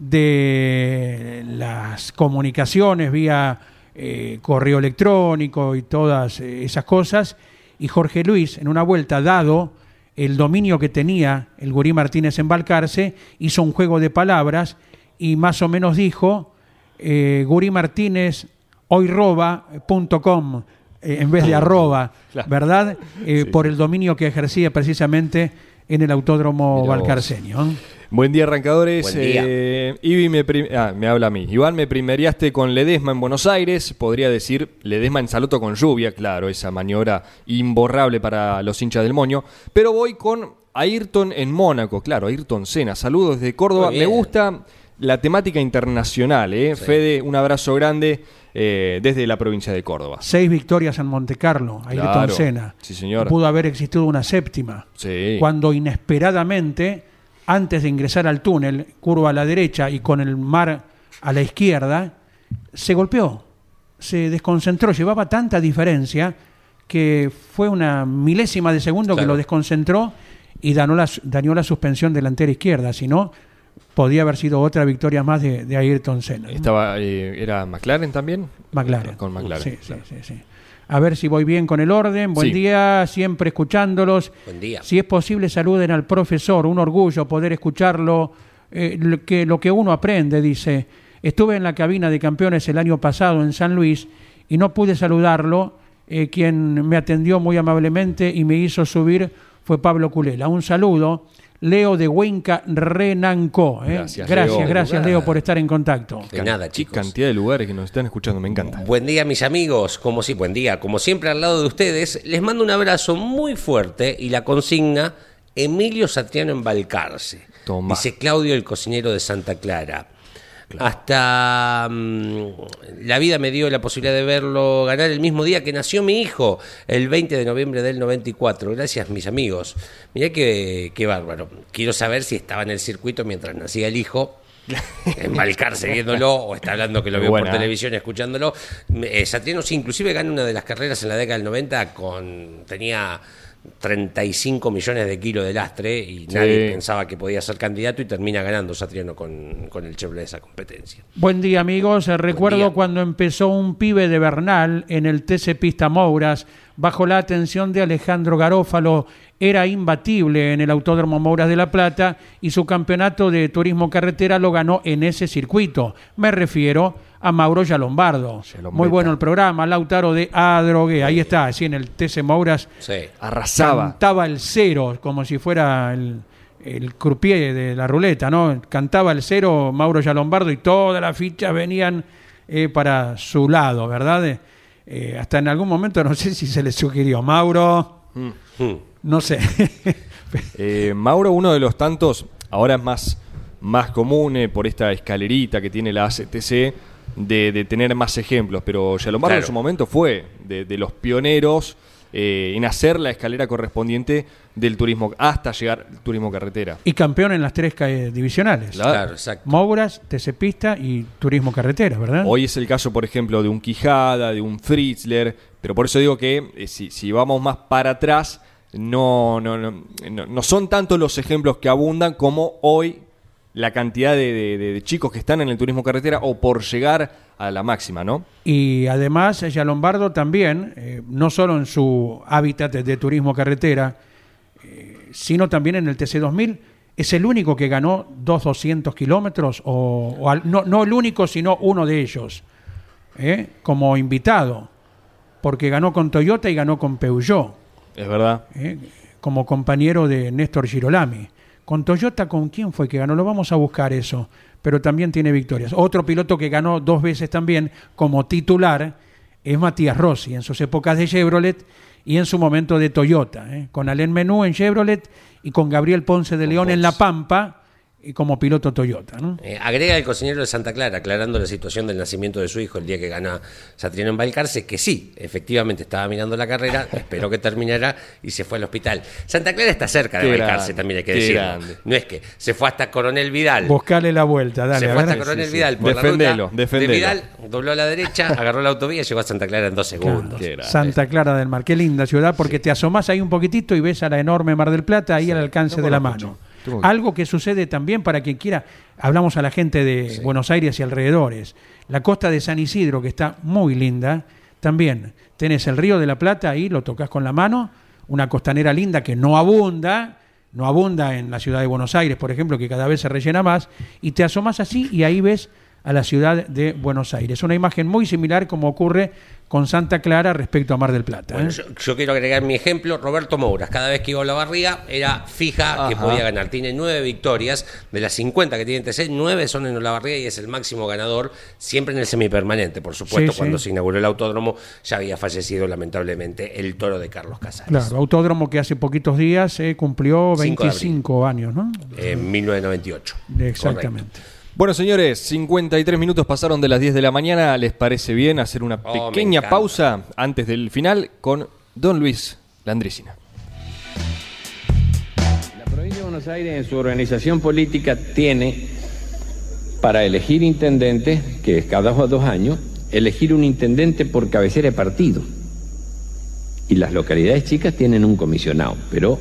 de las comunicaciones vía correo electrónico y todas esas cosas, y Jorge Luis, en una vuelta, dado el dominio que tenía el Gurí Martínez en Balcarce, hizo un juego de palabras y más o menos dijo: Gurí Martínez hoy roba.com, en vez de arroba, ¿verdad? Por el dominio que ejercía precisamente en el Autódromo Valcarceño. Buen día, arrancadores. Buen día. Ibi me habla a mí. Iván, me primeriaste con Ledesma en Buenos Aires. Podría decir Ledesma en Salotto con lluvia. Claro, esa maniobra imborrable para los hinchas del Moño. Pero voy con Ayrton en Mónaco. Claro, Ayrton Senna. Saludos desde Córdoba. Me gusta la temática internacional. Sí. Fede, un abrazo grande desde la provincia de Córdoba. 6 victorias en Montecarlo. Ayrton Senna. Sí, señor. Pudo haber existido una séptima. Sí. Cuando inesperadamente, antes de ingresar al túnel, curva a la derecha y con el mar a la izquierda, se golpeó, se desconcentró, llevaba tanta diferencia que fue una milésima de segundo que lo desconcentró y dañó la suspensión delantera izquierda, si no, podía haber sido otra victoria más de Ayrton Senna. ¿Era McLaren también? McLaren. Con McLaren. Sí, claro. sí. A ver si voy bien con el orden. Buen día, siempre escuchándolos. Buen día. Si es posible, saluden al profesor. Un orgullo poder escucharlo. Lo que uno aprende, dice. Estuve en la cabina de campeones el año pasado en San Luis y no pude saludarlo. Quien me atendió muy amablemente y me hizo subir fue Pablo Culela. Un saludo. Leo de Huenca, Renancó. Gracias, Leo, por estar en contacto. De nada, chicos. Cantidad de lugares que nos están escuchando, me encanta. Buen día, mis amigos. Buen día. Como siempre, al lado de ustedes, les mando un abrazo muy fuerte y la consigna, Emilio Satriano en Balcarce. Toma. Dice Claudio, el cocinero de Santa Clara. Hasta la vida me dio la posibilidad de verlo ganar el mismo día que nació mi hijo, el 20 de noviembre del 94. Gracias, mis amigos. Mirá qué bárbaro. Quiero saber si estaba en el circuito mientras nacía el hijo, en Balcarce viéndolo, o está hablando que lo vio por televisión escuchándolo. Satriano sí, inclusive gana una de las carreras en la década del 90 tenía 35 millones de kilos de lastre y nadie pensaba que podía ser candidato y termina ganando Satriano con el Chevrolet de esa competencia. Buen día, amigos. Recuerdo cuando empezó un pibe de Bernal en el TC Pista Mouras bajo la atención de Alejandro Garófalo. Era imbatible en el Autódromo Mouras de La Plata y su campeonato de turismo carretera lo ganó en ese circuito. Me refiero a Mauro Yalombardo. Muy bueno el programa. Lautaro de Adrogué. Ahí está, así en el TC Mouras. Sí. Arrasaba. Cantaba el cero, como si fuera el croupier de la ruleta, ¿no? Cantaba el cero Mauro Yalombardo y todas las fichas venían para su lado, ¿verdad? Hasta en algún momento, no sé si se le sugirió, Mauro, no sé. Mauro, uno de los tantos, ahora es más común por esta escalerita que tiene la ACTC, de tener más ejemplos, pero Yalombardo en su momento fue de los pioneros en hacer la escalera correspondiente del turismo hasta llegar al turismo carretera. Y campeón en las 3 divisionales. Claro, exacto. Mouras, TC Pista y turismo carretera, ¿verdad? Hoy es el caso, por ejemplo, de un Quijada, de un Fritzler, pero por eso digo que si vamos más para atrás, no son tantos los ejemplos que abundan como hoy la cantidad de chicos que están en el turismo carretera o por llegar a la máxima, ¿no? Y además Yalombardo también, no solo en su hábitat de turismo carretera, sino también en el TC2000, es el único que ganó 200 kilómetros, no el único, sino uno de ellos, como invitado, porque ganó con Toyota y ganó con Peugeot. Es verdad. Como compañero de Néstor Girolami. Con Toyota, ¿con quién fue que ganó? Lo vamos a buscar eso, pero también tiene victorias. Otro piloto que ganó 2 veces también como titular es Matías Rossi, en sus épocas de Chevrolet y en su momento de Toyota, con Alain Menú en Chevrolet y con Gabriel Ponce de León en La Pampa y como piloto Toyota, ¿no? Agrega el cocinero de Santa Clara, aclarando la situación del nacimiento de su hijo el día que gana Satriano en Balcarce, que sí, efectivamente estaba mirando la carrera, esperó que terminara y se fue al hospital. Santa Clara está cerca de Balcarce, también hay que decirlo. No es que se fue hasta Coronel Vidal. Buscale la vuelta, dale. Se fue hasta Coronel Vidal por defendelo, la ruta de Vidal, dobló a la derecha, agarró la autovía y llegó a Santa Clara en 2 segundos. Santa Clara del Mar, qué linda ciudad, porque te asomás ahí un poquitito y ves a la enorme Mar del Plata ahí al alcance de la mano. Algo que sucede también para quien quiera, hablamos a la gente de Buenos Aires y alrededores, la costa de San Isidro, que está muy linda, también tenés el Río de la Plata, ahí lo tocas con la mano, una costanera linda que no abunda en la ciudad de Buenos Aires, por ejemplo, que cada vez se rellena más, y te asomas así y ahí ves a la ciudad de Buenos Aires. Una imagen muy similar como ocurre con Santa Clara respecto a Mar del Plata. Bueno, yo quiero agregar mi ejemplo, Roberto Mouras. Cada vez que iba a Olavarría era fija que podía ganar. Tiene 9 victorias, de las 50 que tiene en TC, 9 son en Olavarría y es el máximo ganador, siempre en el semipermanente. Por supuesto, cuando se inauguró el autódromo ya había fallecido lamentablemente el toro de Carlos Casares. Claro, autódromo que hace poquitos días cumplió 25 años, ¿no? En 1998. Exactamente. Correcto. Bueno, señores, 53 minutos pasaron de las 10 de la mañana. ¿Les parece bien hacer una pequeña pausa antes del final con don Luis Landricina? La provincia de Buenos Aires en su organización política tiene para elegir intendente, que es cada 2 años, elegir un intendente por cabecera de partido. Y las localidades chicas tienen un comisionado, pero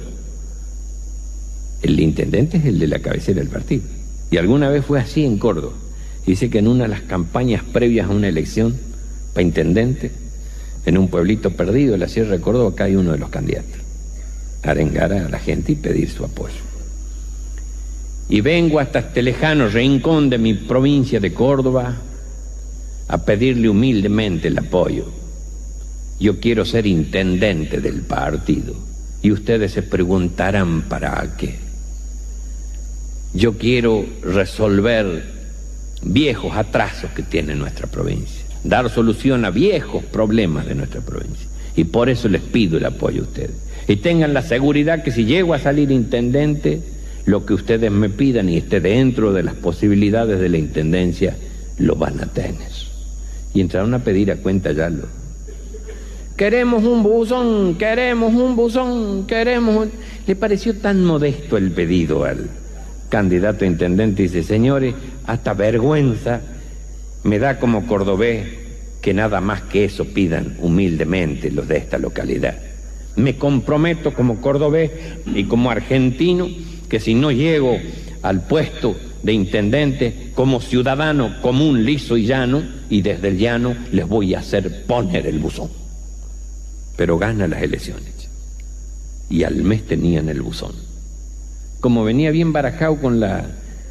el intendente es el de la cabecera del partido. Y alguna vez fue así en Córdoba. Dice que en una de las campañas previas a una elección para intendente, en un pueblito perdido de la Sierra de Córdoba, acá hay uno de los candidatos. Arengar a la gente y pedir su apoyo. Y vengo hasta este lejano rincón de mi provincia de Córdoba a pedirle humildemente el apoyo. Yo quiero ser intendente del partido. Y ustedes se preguntarán ¿para qué? Yo quiero resolver viejos atrasos que tiene nuestra provincia, dar solución a viejos problemas de nuestra provincia. Y por eso les pido el apoyo a ustedes. Y tengan la seguridad que si llego a salir intendente, lo que ustedes me pidan y esté dentro de las posibilidades de la intendencia, lo van a tener. Y entraron a pedir a cuenta ya lo. Queremos un buzón, queremos un buzón, queremos un... Le pareció tan modesto el pedido al candidato a intendente y dice, señores, hasta vergüenza me da como cordobés que nada más que eso pidan humildemente los de esta localidad. Me comprometo como cordobés y como argentino que si no llego al puesto de intendente, como ciudadano común, liso y llano, y desde el llano les voy a hacer poner el buzón. Pero gana las elecciones. Y al mes tenían el buzón. Como venía bien barajado con la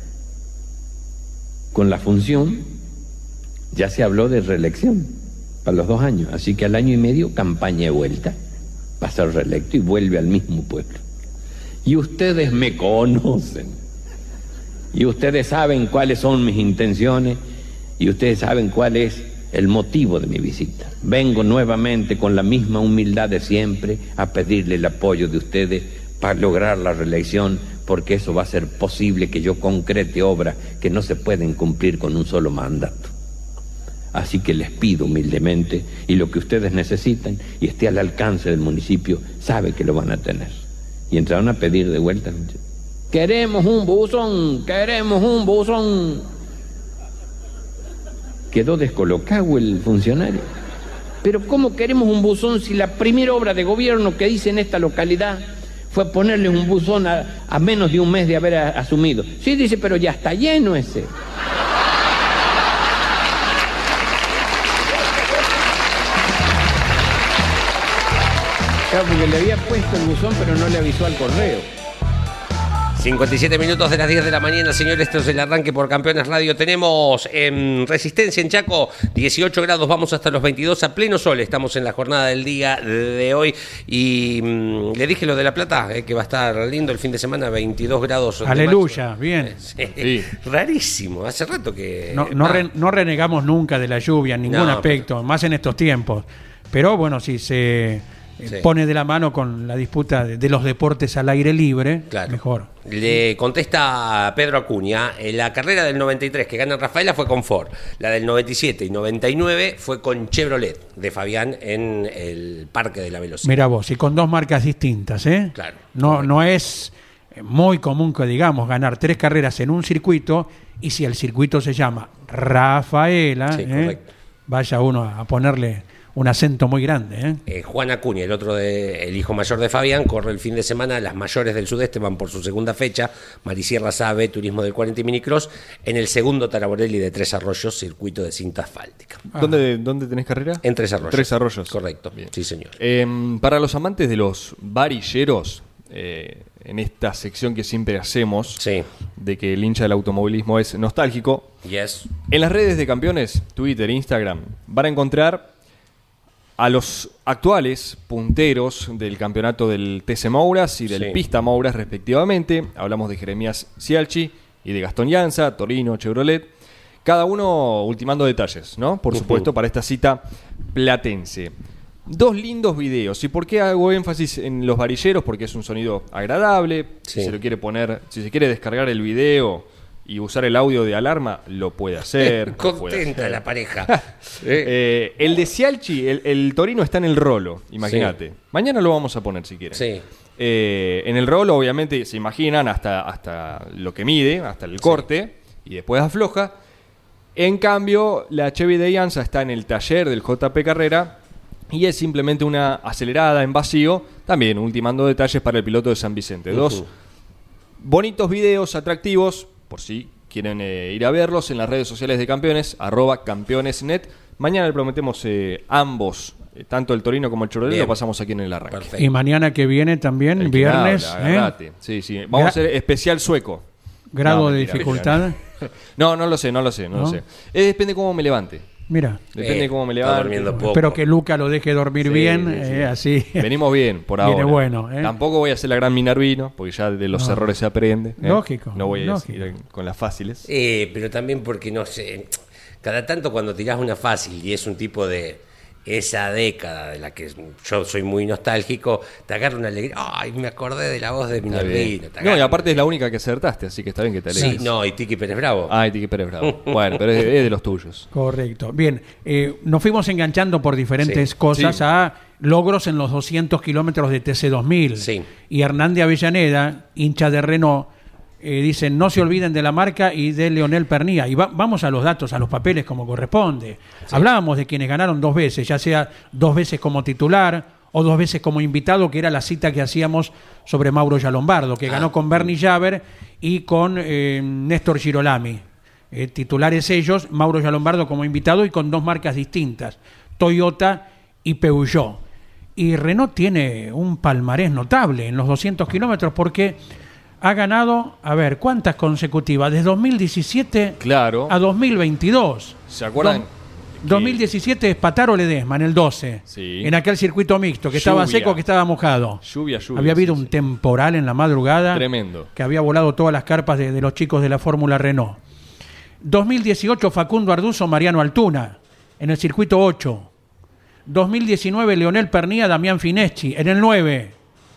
función, ya se habló de reelección para los 2 años. Así que al año y medio, campaña de vuelta. Va a ser reelecto y vuelve al mismo pueblo. Y ustedes me conocen. Y ustedes saben cuáles son mis intenciones. Y ustedes saben cuál es el motivo de mi visita. Vengo nuevamente con la misma humildad de siempre a pedirle el apoyo de ustedes para lograr la reelección, porque eso va a ser posible que yo concrete obras que no se pueden cumplir con un solo mandato. Así que les pido humildemente, y lo que ustedes necesitan y esté al alcance del municipio, sabe que lo van a tener. Y entraron a pedir de vuelta. Queremos un buzón, queremos un buzón. Quedó descolocado el funcionario. Pero ¿cómo queremos un buzón si la primera obra de gobierno que hice en esta localidad fue ponerle un buzón a menos de un mes de haber asumido? Sí, dice, pero ya está lleno ese. Claro, porque le había puesto el buzón, pero no le avisó al correo. 57 minutos de las 10 de la mañana, señores, esto es el arranque por Campeones Radio. Tenemos Resistencia en Chaco, 18 grados, vamos hasta los 22 a pleno sol. Estamos en la jornada del día de hoy y le dije lo de La Plata, que va a estar lindo el fin de semana, 22 grados. Aleluya, bien. Sí. Rarísimo, hace rato que... No renegamos nunca de la lluvia en ningún aspecto, más en estos tiempos. Pero bueno, si se... pone de la mano con la disputa de los deportes al aire libre, claro, mejor. Le contesta Pedro Acuña, la carrera del 93 que gana Rafaela fue con Ford, la del 97 y 99 fue con Chevrolet de Fabián en el Parque de la Velocidad. Mira vos, y con 2 marcas distintas, ¿eh? Claro. No es muy común que, digamos, ganar 3 carreras en un circuito, y si el circuito se llama Rafaela, vaya uno a ponerle un acento muy grande, Juan Acuña, el hijo mayor de Fabián, corre el fin de semana. Las mayores del sudeste van por su segunda fecha. Marisierra Sabe, Turismo del 40 y Minicross, en el segundo Taraborelli de Tres Arroyos, circuito de cinta asfáltica. ¿Dónde tenés carrera? En Tres Arroyos. Tres Arroyos. Correcto. Bien. Sí, señor. Para los amantes de los varilleros, en esta sección que siempre hacemos, Sí. de que el hincha del automovilismo es nostálgico. Yes. En las redes de Campeones, Twitter, Instagram, van a encontrar a los actuales punteros del campeonato del TC Mouras y del Sí. Pista Mouras respectivamente. Hablamos de Jeremías Cialchi y de Gastón Llanza, Torino, Chevrolet. Cada uno ultimando detalles, ¿no? Por supuesto, para esta cita platense. 2 lindos videos. ¿Y por qué hago énfasis en los varilleros? Porque es un sonido agradable. Sí. Si se lo quiere poner, si se quiere descargar el video y usar el audio de alarma, lo puede hacer. lo puede Contenta hacer. la pareja. El de Cialchi, el Torino está en el rolo, imagínate. Sí. Mañana lo vamos a poner si quieren. Sí. En el rolo, obviamente, se imaginan hasta lo que mide, hasta el corte, y después afloja. En cambio, la Chevy de Llanza está en el taller del JP Carrera y es simplemente una acelerada en vacío, también ultimando detalles para el piloto de San Vicente. 2 bonitos videos atractivos, por si quieren ir a verlos en las redes sociales de Campeones, @campeonesnet. Mañana le prometemos ambos, tanto el Torino como el Chevrolet, Bien. lo pasamos aquí en el arranque. Perfecto. Y mañana que viene también, El que viernes, habla, agarrate. Sí, sí. Vamos a hacer especial sueco. grado No, de mentira, dificultad. No lo sé. ¿No? Depende cómo me levante. Mira, Depende de cómo me está levante. durmiendo poco. espero que Luca lo deje dormir Sí, bien, sí. así. Venimos bien, por Viene ahora. bueno, ¿eh? Tampoco voy a hacer la gran Minervino, porque ya de los No. errores se aprende. Lógico, No voy a lógico. ir con las fáciles. Pero también porque, no sé, cada tanto cuando tirás una fácil y es un tipo de esa década de la que yo soy muy nostálgico, te agarra una alegría. Ay, me acordé de la voz de Está bien. Minervino. No, y aparte es la única que acertaste, así que está bien que te Sí, alegres. no, y Tiki Pérez Bravo. Ay, Tiki Pérez Bravo. Bueno, pero es de los tuyos. Correcto. Bien, nos fuimos enganchando por diferentes Sí. cosas Sí. a logros en los 200 kilómetros de TC2000. Sí. Y Hernán de Avellaneda, hincha de Renault, dice, no se olviden de la marca y de Leonel Pernía. Y vamos a los datos, a los papeles como corresponde. Hablábamos de quienes ganaron 2 veces, ya sea 2 veces como titular o 2 veces como invitado, que era la cita que hacíamos sobre Mauro Yalombardo, que ganó con Bernie Javer y con Néstor Girolami. Titulares ellos, Mauro Yalombardo como invitado y con 2 marcas distintas, Toyota y Peugeot. Y Renault tiene un palmarés notable en los 200 kilómetros porque ha ganado, a ver, ¿cuántas consecutivas? Desde 2017 Claro. a 2022. ¿Se acuerdan? 2017 es Pataro Ledesma en el 12, Sí. en aquel circuito mixto, que estaba Lluvia. seco, que estaba mojado. Lluvia. Había habido sí, un sí. temporal en la madrugada Tremendo. que había volado todas las carpas de los chicos de la Fórmula Renault. 2018 Facundo Arduzo, Mariano Altuna en el circuito 8. 2019 Leonel Pernía, Damián Fineschi en el 9.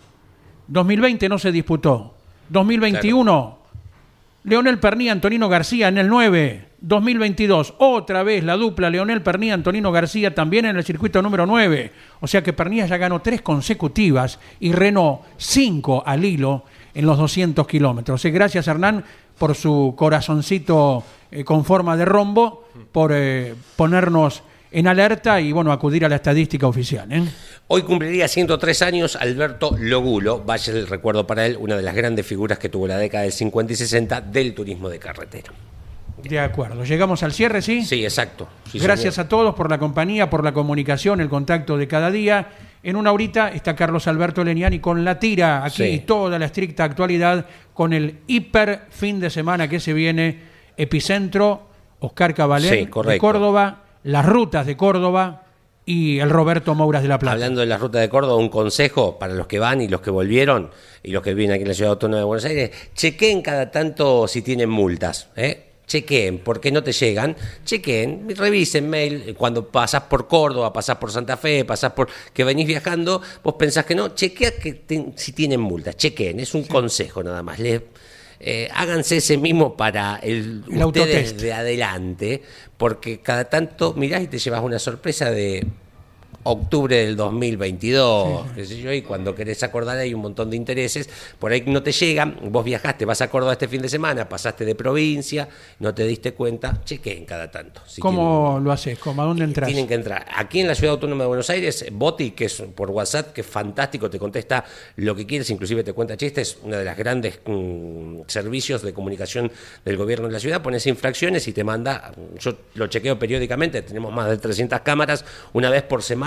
2020 no se disputó. 2021 Leonel Pernía, Antonino García en el 9. 2022 otra vez la dupla Leonel Pernía, Antonino García también en el circuito número 9. O sea que Pernía ya ganó 3 consecutivas y Renault 5 al hilo en los 200 kilómetros. Gracias, Hernán, por su corazoncito con forma de rombo, por ponernos en alerta y, bueno, acudir a la estadística oficial. Hoy cumpliría 103 años Alberto Logulo, vaya el recuerdo para él, una de las grandes figuras que tuvo la década del 50 y 60 del turismo de carretera. De acuerdo. Llegamos al cierre, ¿sí? Sí, exacto. Sí, Gracias señor. a todos por la compañía, por la comunicación, el contacto de cada día. En una horita está Carlos Alberto Leniani con La Tira, aquí Sí. toda la estricta actualidad, con el hiper fin de semana que se viene, Epicentro, Oscar Cabalén Sí, de correcto. Córdoba, las rutas de Córdoba y el Roberto Mouras de La Plata. Hablando de la ruta de Córdoba, un consejo para los que van y los que volvieron y los que vienen aquí en la Ciudad Autónoma de Buenos Aires, chequeen cada tanto si tienen multas, chequeen, porque no te llegan, chequeen, revisen mail, cuando pasás por Córdoba, pasás por Santa Fe, pasás por que venís viajando, vos pensás que no, chequea si tienen multas, chequeen, es un consejo nada más, háganse ese mismo para El ustedes autotest. de adelante, porque cada tanto mirás y te llevas una sorpresa de octubre del 2022, qué sé yo, y cuando querés acordar hay un montón de intereses, por ahí no te llegan, vos viajaste, vas a Córdoba este fin de semana, pasaste de provincia, no te diste cuenta, chequeen cada tanto. Si ¿Cómo lo haces? ¿Cómo? ¿A dónde entras? tienen que entrar. Aquí en la Ciudad Autónoma de Buenos Aires, Boti, que es por WhatsApp, que es fantástico, te contesta lo que quieres, inclusive te cuenta chistes, una de las grandes servicios de comunicación del gobierno de la ciudad, pones infracciones y te manda, yo lo chequeo periódicamente, tenemos más de 300 cámaras, una vez por semana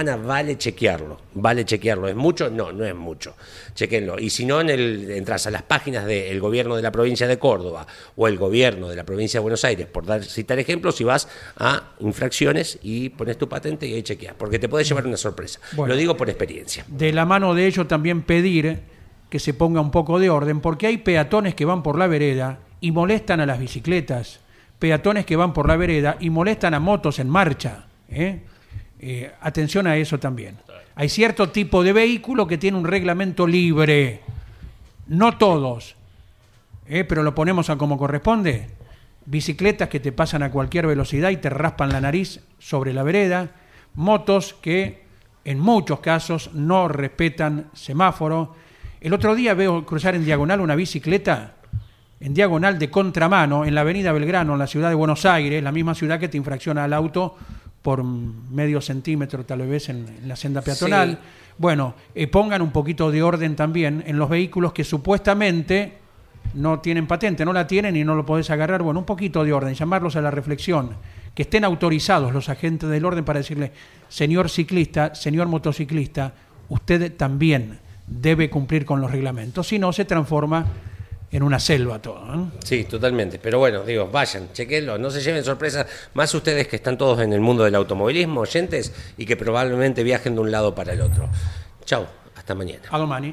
semana vale chequearlo. ¿Es mucho? No es mucho. Chequenlo. Y si no, entras a las páginas del gobierno de la provincia de Córdoba o el gobierno de la provincia de Buenos Aires, por citar ejemplos, y vas a infracciones y pones tu patente y ahí chequeas, porque te puede llevar una sorpresa. Bueno, lo digo por experiencia. De la mano de ello también pedir que se ponga un poco de orden, porque hay peatones que van por la vereda y molestan a las bicicletas, peatones que van por la vereda y molestan a motos en marcha. Atención a eso también. Hay cierto tipo de vehículo que tiene un reglamento libre, no todos, pero lo ponemos a como corresponde. Bicicletas que te pasan a cualquier velocidad y te raspan la nariz sobre la vereda, motos que en muchos casos no respetan semáforo. El otro día veo cruzar en diagonal una bicicleta, en diagonal de contramano, en la avenida Belgrano, en la ciudad de Buenos Aires, la misma ciudad que te infracciona al auto por medio centímetro tal vez en la senda peatonal. Sí. Bueno, pongan un poquito de orden también en los vehículos que supuestamente no tienen patente, no la tienen y no lo podés agarrar. Bueno, un poquito de orden, llamarlos a la reflexión, que estén autorizados los agentes del orden para decirle, señor ciclista, señor motociclista, usted también debe cumplir con los reglamentos, si no se transforma en una selva todo, ¿no? Sí, totalmente. Pero bueno, digo, vayan, chequenlo, no se lleven sorpresas, más ustedes que están todos en el mundo del automovilismo, oyentes, y que probablemente viajen de un lado para el otro. Chau, hasta mañana. A domani.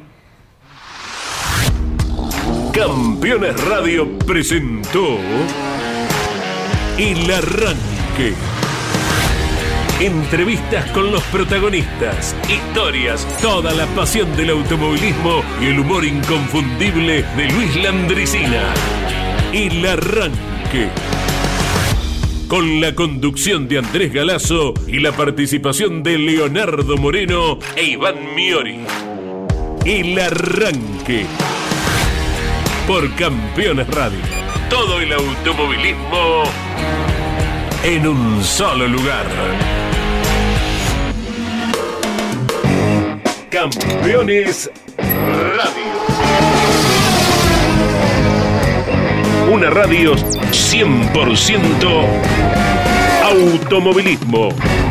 Campeones Radio presentó El Arranque. Entrevistas con los protagonistas, historias, toda la pasión del automovilismo y el humor inconfundible de Luis Landricina. El Arranque. Con la conducción de Andrés Galazo y la participación de Leonardo Moreno e Iván Miori. El Arranque. Por Campeones Radio. Todo el automovilismo en un solo lugar. Campeones Radio. Una radio 100% automovilismo.